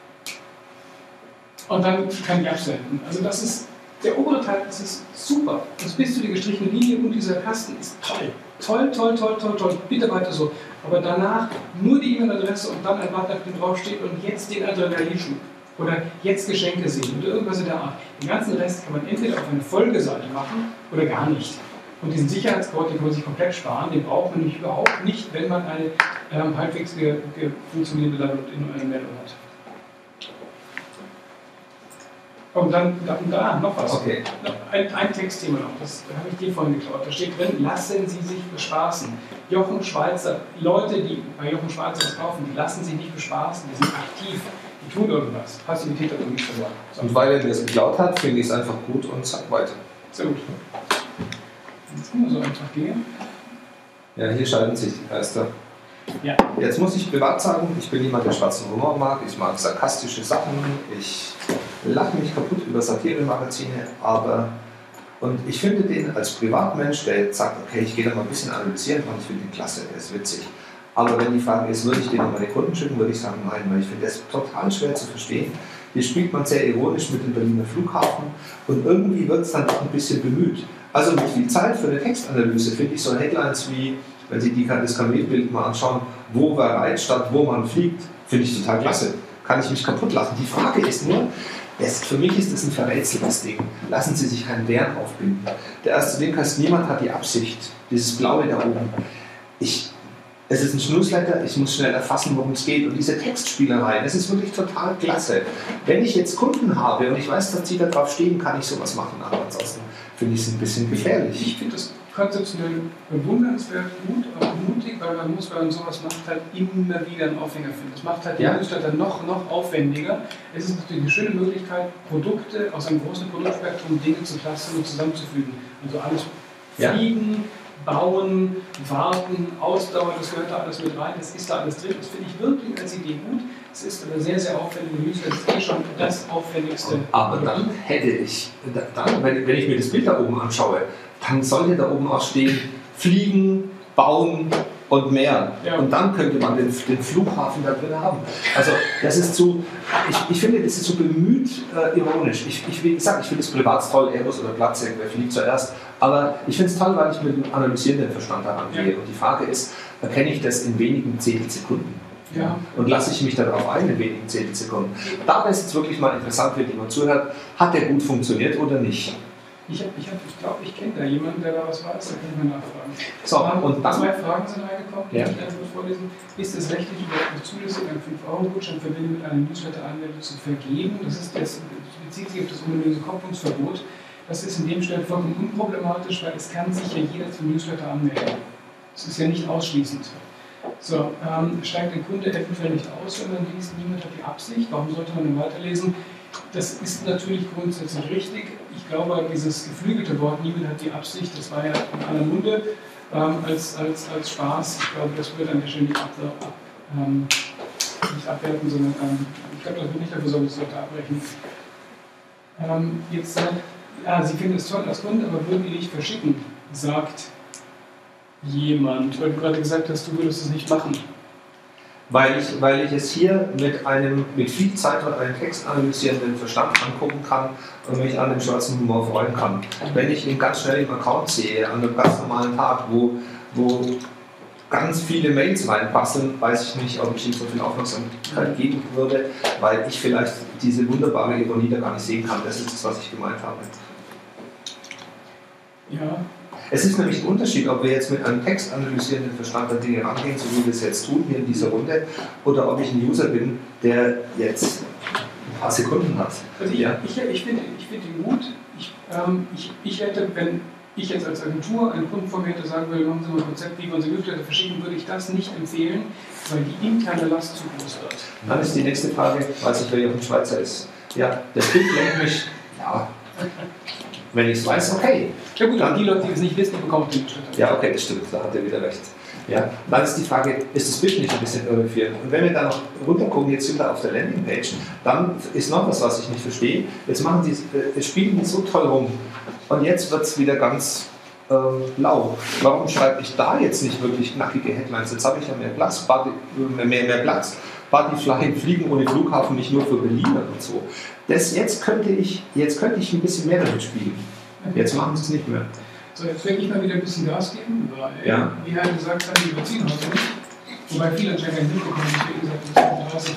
Und dann kann ich absenden. Also das ist der obere Teil, das ist super. Das bis zu die gestrichene Linie und dieser Kasten ist toll. Toll, toll, toll, toll, toll. Bitte weiter so. Aber danach nur die E-Mail-Adresse und dann ein Button, auf dem draufsteht und jetzt den Adrenalinschub. oder jetzt Geschenke sehen oder irgendwas in der Art. Den ganzen Rest kann man entweder auf eine Folgeseite machen oder gar nicht. Und diesen Sicherheitscode, den kann man sich komplett sparen, den braucht man nämlich überhaupt nicht, wenn man eine ähm, halbwegs ge, ge funktionierende Level-in eine Meldung hat. Und dann, dann da noch was. Okay. Ein, ein Textthema noch, das habe ich dir vorhin geklaut. Da steht drin, lassen Sie sich bespaßen. Jochen Schweizer, Leute, die bei Jochen Schweizer was kaufen, die lassen sich nicht bespaßen, die sind aktiv, die tun irgendwas. Passivität hat nicht verloren. So. Und weil er mir das geklaut hat, finde ich es einfach gut und zack weiter. Sehr gut. Jetzt immer so einfach gehen. Ja, hier scheiden sich die Geister. Ja. Jetzt muss ich privat sagen, ich bin jemand, der schwarzen Humor mag, ich mag sarkastische Sachen, ich lache mich kaputt über Satire-Magazine, aber und ich finde den als Privatmensch, der jetzt sagt, okay, ich gehe da mal ein bisschen analysieren, und ich finde den klasse, der ist witzig. Aber wenn die Frage ist, würde ich den an meine Kunden schicken, würde ich sagen, nein, weil ich finde, der ist total schwer zu verstehen. Hier spielt man sehr ironisch mit dem Berliner Flughafen und irgendwie wird es dann auch ein bisschen bemüht. Also mit viel Zeit für eine Textanalyse finde ich so Headlines wie, wenn Sie die, das Kamelbild mal anschauen, wo wer reitet statt wo man fliegt, finde ich total klasse. Kann ich mich kaputt lachen. Die Frage ist nur, das, für mich ist das ein verrätseltes Ding. Lassen Sie sich keinen Bären aufbinden. Der erste Link heißt, niemand hat die Absicht, dieses Blaue da oben. Ich, es ist ein Newsletter, ich muss schnell erfassen, worum es geht. Und diese Textspielereien, das ist wirklich total klasse. Wenn ich jetzt Kunden habe und ich weiß, dass sie da drauf stehen, kann ich sowas machen. Aber ansonsten finde ich es ein bisschen gefährlich. Ich finde das konzeptionell bewundernswert gut, auch mutig, weil man muss, wenn man sowas macht, halt immer wieder einen Aufhänger finden. Das macht halt die ja. Newsletter noch, noch aufwendiger. Es ist natürlich eine schöne Möglichkeit, Produkte aus einem großen Produktspektrum, Dinge zu clustern und zusammenzufügen. Also alles fliegen, ja. bauen, warten, Ausdauer, das gehört da alles mit rein, das ist da alles drin. Das finde ich wirklich als Idee gut. Es ist aber sehr, sehr aufwendig. Newsletter ist eh schon das aufwendigste. Aber dann hätte ich, dann, wenn, wenn ich mir das Bild da oben anschaue, dann sollte da oben auch stehen, fliegen, bauen und mehr. Ja. Und dann könnte man den, den Flughafen da drin haben. Also das ist zu, ich, ich finde, das ist so bemüht äh, ironisch. Ich, ich, wie gesagt, ich finde es privat toll, Airbus oder Platz, wer fliegt zuerst. Aber ich finde es toll, weil ich mit dem analysierenden Verstand daran gehe. Ja. Und die Frage ist, erkenne ich das in wenigen Zehntelsekunden? Ja. Und lasse ich mich darauf ein in wenigen Zehntelsekunden? Da ist es wirklich mal interessant, wenn jemand zuhört, hat der gut funktioniert oder nicht? Ich glaube, ich, ich, glaub, ich kenne da jemanden, der da was weiß, da kann ich mal nachfragen. So, und dann, zwei Fragen sind reingekommen, die ja. ich einfach vorlesen. Ist es rechtlich überhaupt nicht zulässig, einen fünf Euro Gutschein für Wille mit einer Newsletter-Anmeldung zu vergeben? Das, ist das bezieht sich auf das ominöse Kopplungsverbot. Das ist in dem Stelle vollkommen unproblematisch, weil es kann sich ja jeder zum Newsletter anmelden. Das ist ja nicht ausschließend. So, ähm, steigt der Kunde eventuell nicht aus, wenn man liest, niemand hat die Absicht, warum sollte man denn weiterlesen? Das ist natürlich grundsätzlich richtig. Ich glaube, dieses geflügelte Wort, niemand hat die Absicht, das war ja in aller Munde ähm, als, als, als Spaß. Ich glaube, das wird an der Stelle nicht, ab, ähm, nicht abwerten, sondern ähm, ich glaube, das wird nicht dafür sorgen, dass Leute abbrechen. Ähm, jetzt, äh, ja, Sie finden es toll als Kunde, aber würden die nicht verschicken, sagt jemand, weil du gerade gesagt hast, du würdest es nicht machen. Weil ich, weil ich es hier mit, einem, mit viel Zeit und einem textanalysierenden Verstand angucken kann und mich an dem schwarzen Humor freuen kann. Wenn ich ihn ganz schnell im Account sehe, an einem ganz normalen Tag, wo, wo ganz viele Mails reinpassen, weiß ich nicht, ob ich ihm so viel Aufmerksamkeit geben würde, weil ich vielleicht diese wunderbare Ironie da gar nicht sehen kann. Das ist das, was ich gemeint habe. Ja. Es ist nämlich ein Unterschied, ob wir jetzt mit einem textanalysierenden Verstand an Dinge rangehen, so wie wir es jetzt tun hier in dieser Runde, oder ob ich ein User bin, der jetzt ein paar Sekunden hat. Also ich, ja. ich, ich finde ich find ihn gut. Ich, ähm, ich, ich hätte, wenn ich jetzt als Agentur einen Kunden vor mir hätte sagen würde, machen Sie mal ein Konzept, wie wir unsere Newsletter verschicken, würde ich das nicht empfehlen, weil die interne Last zu groß wird. Dann ist die nächste Frage, weiß ich, wer Jochen Schweizer ist. Ja, das Bild lenkt mich, ja. Wenn ich es weiß, okay. Ja gut, dann die Leute, die es nicht wissen, die bekommen die Newsletter. Ja, okay, das stimmt, da hat er wieder recht. Ja, dann ist die Frage, ist das Bild nicht ein bisschen irreführend? Und wenn wir da noch runtergucken, jetzt sind wir auf der Landingpage, dann ist noch was, was ich nicht verstehe. Jetzt machen die, äh, spielen die so toll rum und jetzt wird es wieder ganz äh, blau. Warum schreibe ich da jetzt nicht wirklich knackige Headlines? Jetzt habe ich ja mehr Platz, Body, mehr, mehr Platz. Bodyfly, Fliegen ohne Flughafen, nicht nur für Berliner und so. Das, jetzt, könnte ich, jetzt könnte ich ein bisschen mehr damit spielen. Jetzt machen sie es nicht mehr. So, jetzt werde ich mal wieder ein bisschen Gas geben, weil, ja. wie er gesagt hat, die überziehen heute nicht. Wobei viele anscheinend nicht hinbekommen, deswegen gesagt, das ist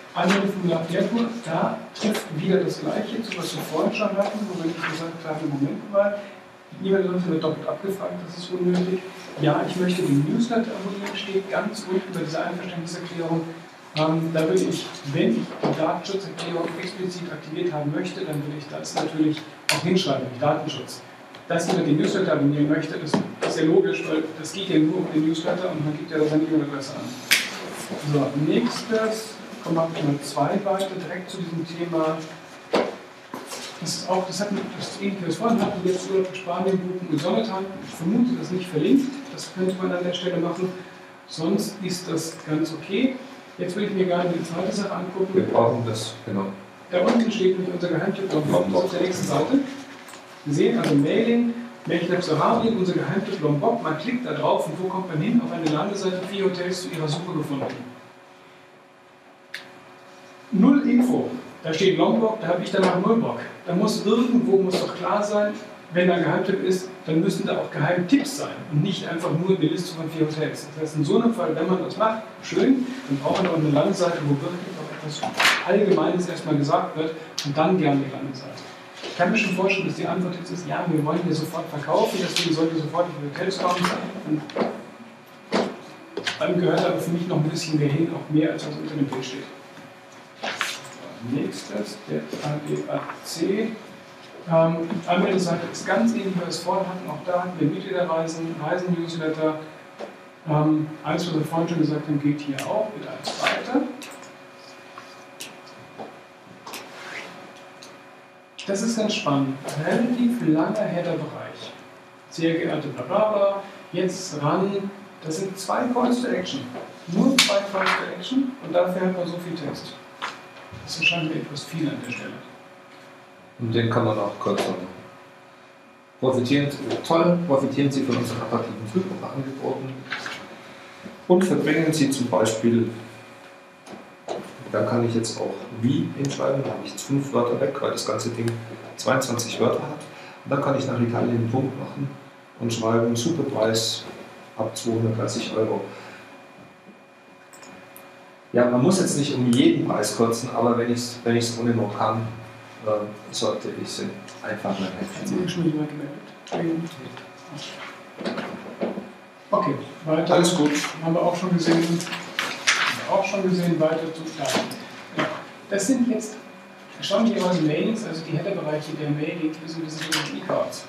Anmeldeformular Airtour, da trifft wieder das Gleiche zu, was wir vorhin schon hatten, wo wir gesagt haben, Moment mal, die E-Mail-Adresse wird doppelt abgefragt, das ist unnötig. Ja, ich möchte den Newsletter abonnieren, steht ganz unten bei dieser Einverständniserklärung. Ähm, da würde ich, wenn ich die Datenschutzerklärung explizit aktiviert haben möchte, dann würde ich das natürlich auch hinschreiben, Datenschutz. Dass jemand den Newsletter abonnieren möchte, das ist ja logisch, weil das geht ja nur um den Newsletter und man gibt ja seine E-Mail-Adresse an. So, nächstes, kommen wir mal zwei weiter, direkt zu diesem Thema. Das ist auch, das hat das ähnliche, was wir vorhin hatten, jetzt Urlaub in Spanien buchen und Sonnental. Ich vermute, das ist nicht verlinkt, das könnte man an der Stelle machen, sonst ist das ganz okay. Jetzt will ich mir gerne die zweite Sache angucken. Wir brauchen das, genau. Da unten steht nämlich unser Geheimtipp Lombok, auf der nächsten Seite. Wir sehen also Mailing, Mailchimp Sahari, unser Geheimtipp Lombok. Man klickt da drauf und wo kommt man hin? Auf eine Landeseite, vier Hotels zu ihrer Suche gefunden. Null Info. Da steht Lombok, da habe ich danach null Bock. Da muss irgendwo, muss doch klar sein, wenn da ein Geheimtipp ist, dann müssen da auch Geheimtipps sein und nicht einfach nur eine Liste von vier Hotels. Das heißt, in so einem Fall, wenn man das macht, schön, dann braucht man auch eine Landseite, wo wirklich auch etwas Allgemeines erstmal gesagt wird und dann gerne die Landseite. Ich kann mir schon vorstellen, dass die Antwort jetzt ist, ja, wir wollen hier sofort verkaufen, deswegen sollen wir sofort in die Hotels kommen. Und dann gehört aber für mich noch ein bisschen mehr hin, auch mehr als was unter dem Bild steht. Nächstes, der A D A C. Ähm, Anmeldeseite ist ganz ähnlich, wie wir es vorhin hatten. Auch da hatten wir Mitgliederreisen, Reisen-Newsletter. Ähm, alles, was wir vorhin schon gesagt haben, geht hier auch. Bitte eins weiter. Das ist ganz spannend. Relativ langer Header-Bereich. Sehr geehrte Blablabla, jetzt ran. Das sind zwei Calls to Action. Nur zwei Calls to Action und dafür hat man so viel Text. Das ist wahrscheinlich etwas viel an der Stelle. Und den kann man auch kürzer machen. Profitieren, toll, profitieren Sie von unseren attraktiven Frühbucherangeboten und verbringen Sie zum Beispiel, da kann ich jetzt auch wie hinschreiben, da habe ich jetzt fünf Wörter weg, weil das ganze Ding zweiundzwanzig Wörter hat. Und dann kann ich nach Italien einen Punkt machen und schreiben, Superpreis ab zweihundertdreißig Euro. Ja, man muss jetzt nicht um jeden Preis kürzen, aber wenn ich es wenn ohne noch kann, äh, sollte ich es einfach mal hätten. Schon jemand gemeldet? Okay, weiter. Alles gut. Haben wir auch schon gesehen. Haben wir auch schon gesehen, weiter zu starten. Ja. Das sind jetzt erstaunlicherweise Mailings, also die Header-Bereiche der Mailing, das sind diese E-Cards.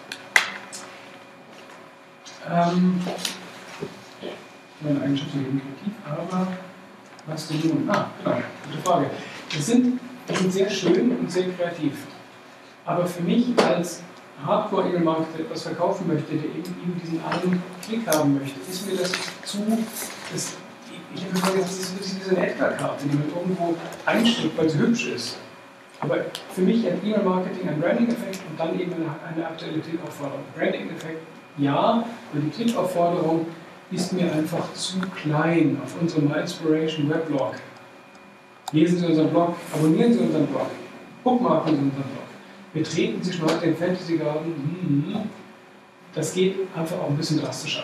Ähm, meine Eigenschaften sind kreativ, aber was du nun? Ah, genau, gute Frage. Das sind, das sind sehr schön und sehr kreativ. Aber für mich als Hardcore-E-Mail-Marketer etwas verkaufen möchte, der eben, eben diesen einen Klick haben möchte, ist mir das zu. Das, ich habe gesagt, das ist ein bisschen diese Edgar-Karte, die man irgendwo einsteckt, weil sie hübsch ist. Aber für mich ein E-Mail-Marketing ein Branding-Effekt und dann eben eine, eine aktuelle Klickaufforderung. Branding-Effekt ja, und die Klickaufforderung ist mir einfach zu klein auf unserem MyInspiration Weblog. Lesen Sie unseren Blog, abonnieren Sie unseren Blog, bookmarken Sie unseren Blog, betreten Sie schon heute den Fantasy Garden. Das geht einfach auch ein bisschen drastischer.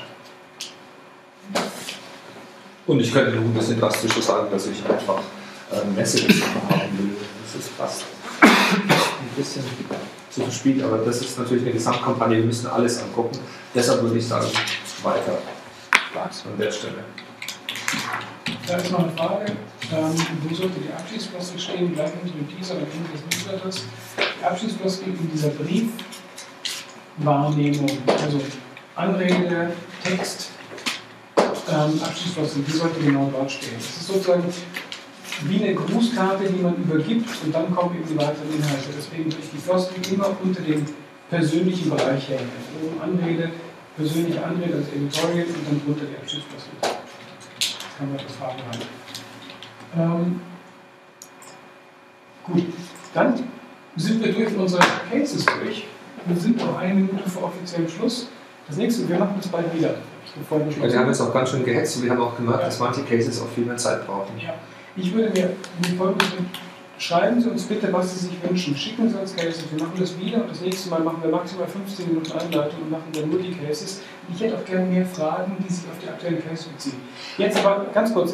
Und ich könnte noch ein bisschen drastischer sagen, dass ich einfach äh, Messebesucher haben will. Das ist fast ein bisschen zu verspielt, aber das ist natürlich eine Gesamtkampagne, wir müssen alles angucken. Deshalb würde ich sagen, weiter. An der Stelle. Da ist noch eine Frage. Ähm, wo sollte die Abschiedsfloskel stehen? Gleich unter dem Teaser oder Ende des Newsletters. Die Abschiedsfloskel in dieser Briefwahrnehmung, also Anrede, Text, ähm, Abschiedsfloskel, die sollte genau dort stehen. Das ist sozusagen wie eine Grußkarte, die man übergibt und dann kommen eben die weiteren Inhalte. Deswegen würde ich die Floskel immer unter dem persönlichen Bereich hängen. Oben Anrede, persönliche Anrede als Editorial und dann drunter die Abschiedsfloskel. Das kann man das Fragen haben. Ähm, gut, dann sind wir durch unsere Cases durch. Wir sind noch eine Minute vor offiziellem Schluss. Das nächste, wir machen das bald wieder. Wir haben jetzt auch ganz schön gehetzt und wir haben auch gemerkt, ja, dass manche Cases auch viel mehr Zeit brauchen. Ja. Ich würde mir folgendes: schreiben Sie uns bitte, was Sie sich wünschen. Schicken Sie uns Cases. Wir machen das wieder und das nächste Mal machen wir maximal fünfzehn Minuten Anleitung und machen dann nur die Cases. Ich hätte auch gerne mehr Fragen, die sich auf die aktuellen Cases beziehen. Jetzt aber ganz kurz,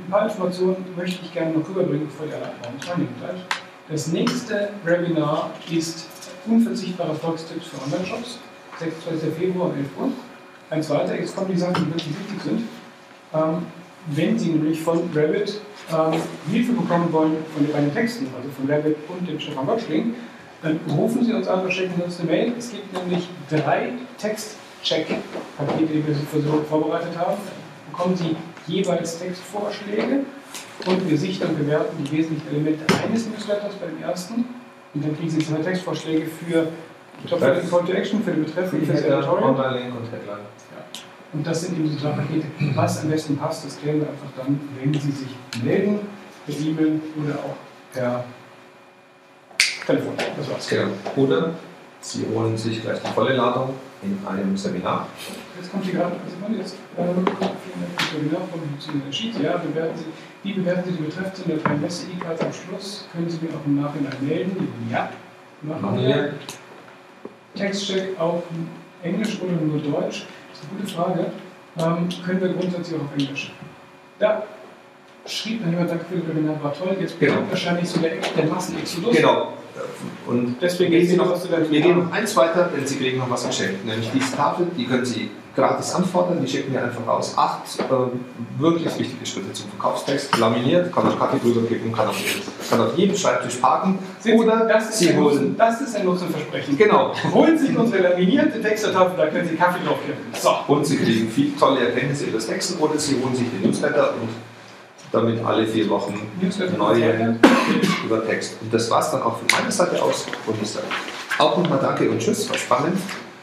ein paar Informationen möchte ich gerne noch rüberbringen, bevor ich alle abbauen. Ich meine gleich. Das nächste Webinar ist unverzichtbare Erfolgstipps für Online-Shops. sechsundzwanzigster Februar um elf Uhr. Eins weiter, jetzt kommen die Sachen, die wirklich wichtig sind. Ähm, wenn Sie nämlich von Revit ähm, Hilfe bekommen wollen von den Texten, also von Revit und dem Stefan Gottschling, dann rufen Sie uns an oder schicken uns eine Mail. Es gibt nämlich drei Text-Check-Pakete, die wir für so vorbereitet haben. Dann bekommen Sie jeweils Textvorschläge und wir sichten und bewerten die wesentlichen Elemente eines Newsletters bei dem ersten. Und dann kriegen Sie zwei Textvorschläge für, ich glaube, für den Call to Action, für den Betreff und für das Editorial. Online-Link und Headline. Ja. Und das sind eben die zwei Pakete. Was am besten passt, das klären wir einfach dann, wenn Sie sich melden, per E-Mail oder auch per Telefon. Das war's. Genau. Oder Sie holen sich gleich die volle Ladung in einem Seminar. Jetzt kommt hier gerade, also man jetzt, ähm, vielen Dank für das Seminar von der Sheet. Ja, bewerten Sie, wie bewerten Sie die Betreffzeit der drei Messe-E-Cards am Schluss? Können Sie mir auch im Nachhinein melden? Ja, machen wir. Textcheck auf Englisch oder nur Deutsch? Das ist eine gute Frage. Ähm, können wir grundsätzlich auch auf Englisch? Da schrieb dann jemand, danke für das Webinar, war toll. Jetzt beginnt genau. wahrscheinlich so der, der Massenexodus. Genau. Und deswegen gehen Sie noch was zu deinem Wir gehen noch eins weiter, denn Sie kriegen noch was geschenkt. Nämlich diese Tafel, die können Sie gratis anfordern, die schicken wir einfach raus. Acht äh, wirklich wichtige Schritte zum Verkaufstext, laminiert, kann auf Kaffee drüber kippen, kann auf, kann auf jedem Schreibtisch parken. Sind oder das Sie holen. Das ist ein Nutzenversprechen. Genau. Holen Sie unsere laminierte Textertafel, da können Sie Kaffee drauf kippen. So. Und Sie kriegen viele tolle Erkenntnisse über das Texten oder Sie holen sich den Newsletter und damit alle vier Wochen neue über Text. Und das war es dann auch von meiner Seite aus. Und ich sage auch nochmal Danke und Tschüss, war spannend.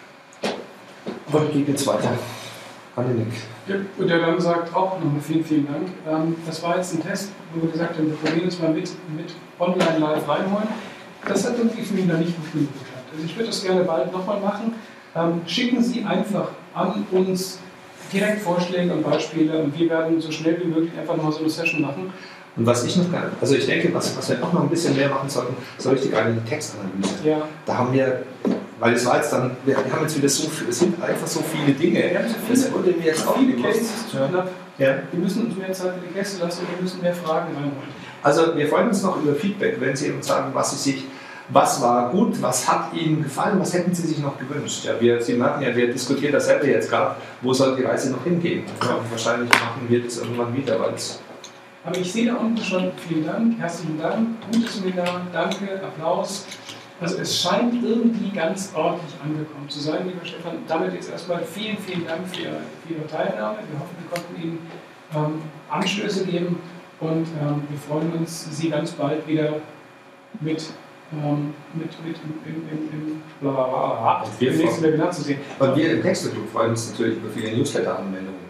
Und geht jetzt weiter. Annenik. Ja, und der dann sagt auch nochmal vielen, vielen Dank. Ähm, das war jetzt ein Test, wo wir gesagt haben, wir probieren es mal mit, mit online live reinholen. Das hat irgendwie für mich noch nicht gut genug geklappt. Also ich würde das gerne bald nochmal machen. Ähm, schicken Sie einfach an uns direkt Vorschläge und Beispiele und wir werden so schnell wie möglich einfach nochmal so eine Session machen. Und was ich noch gar nicht, also ich denke, was, was wir auch noch ein bisschen mehr machen sollten, so richtig eine Textanalyse. Ja. Da haben wir, weil es war jetzt dann, wir haben jetzt wieder so viel, es sind einfach so viele Dinge. Wir haben so viele, das wurde mir jetzt auch viele Cases zu knapp. Ja. Wir müssen uns mehr Zeit für die Cases lassen und wir müssen mehr Fragen reinholen. Also wir freuen uns noch über Feedback, wenn Sie uns sagen, was Sie sich Was war gut, was hat Ihnen gefallen, was hätten Sie sich noch gewünscht? Ja, wir, Sie merken ja, wir diskutieren dasselbe jetzt gerade, wo soll die Reise noch hingehen? Ja, wahrscheinlich machen wir das irgendwann wieder, weil es... Aber ich sehe da unten schon, vielen Dank, herzlichen Dank, gutes Seminar, danke, Applaus. Also es scheint irgendwie ganz ordentlich angekommen zu sein, lieber Stefan. Damit jetzt erstmal vielen, vielen Dank für Ihre, für Ihre Teilnahme. Wir hoffen, wir konnten Ihnen ähm, Anstöße geben und ähm, wir freuen uns, Sie ganz bald wieder mit Ähm, mit, mit im, im, im, im, im nächsten Webinar zu sehen. Und wir im Textclub freuen uns natürlich über viele Newsletter-Anmeldungen.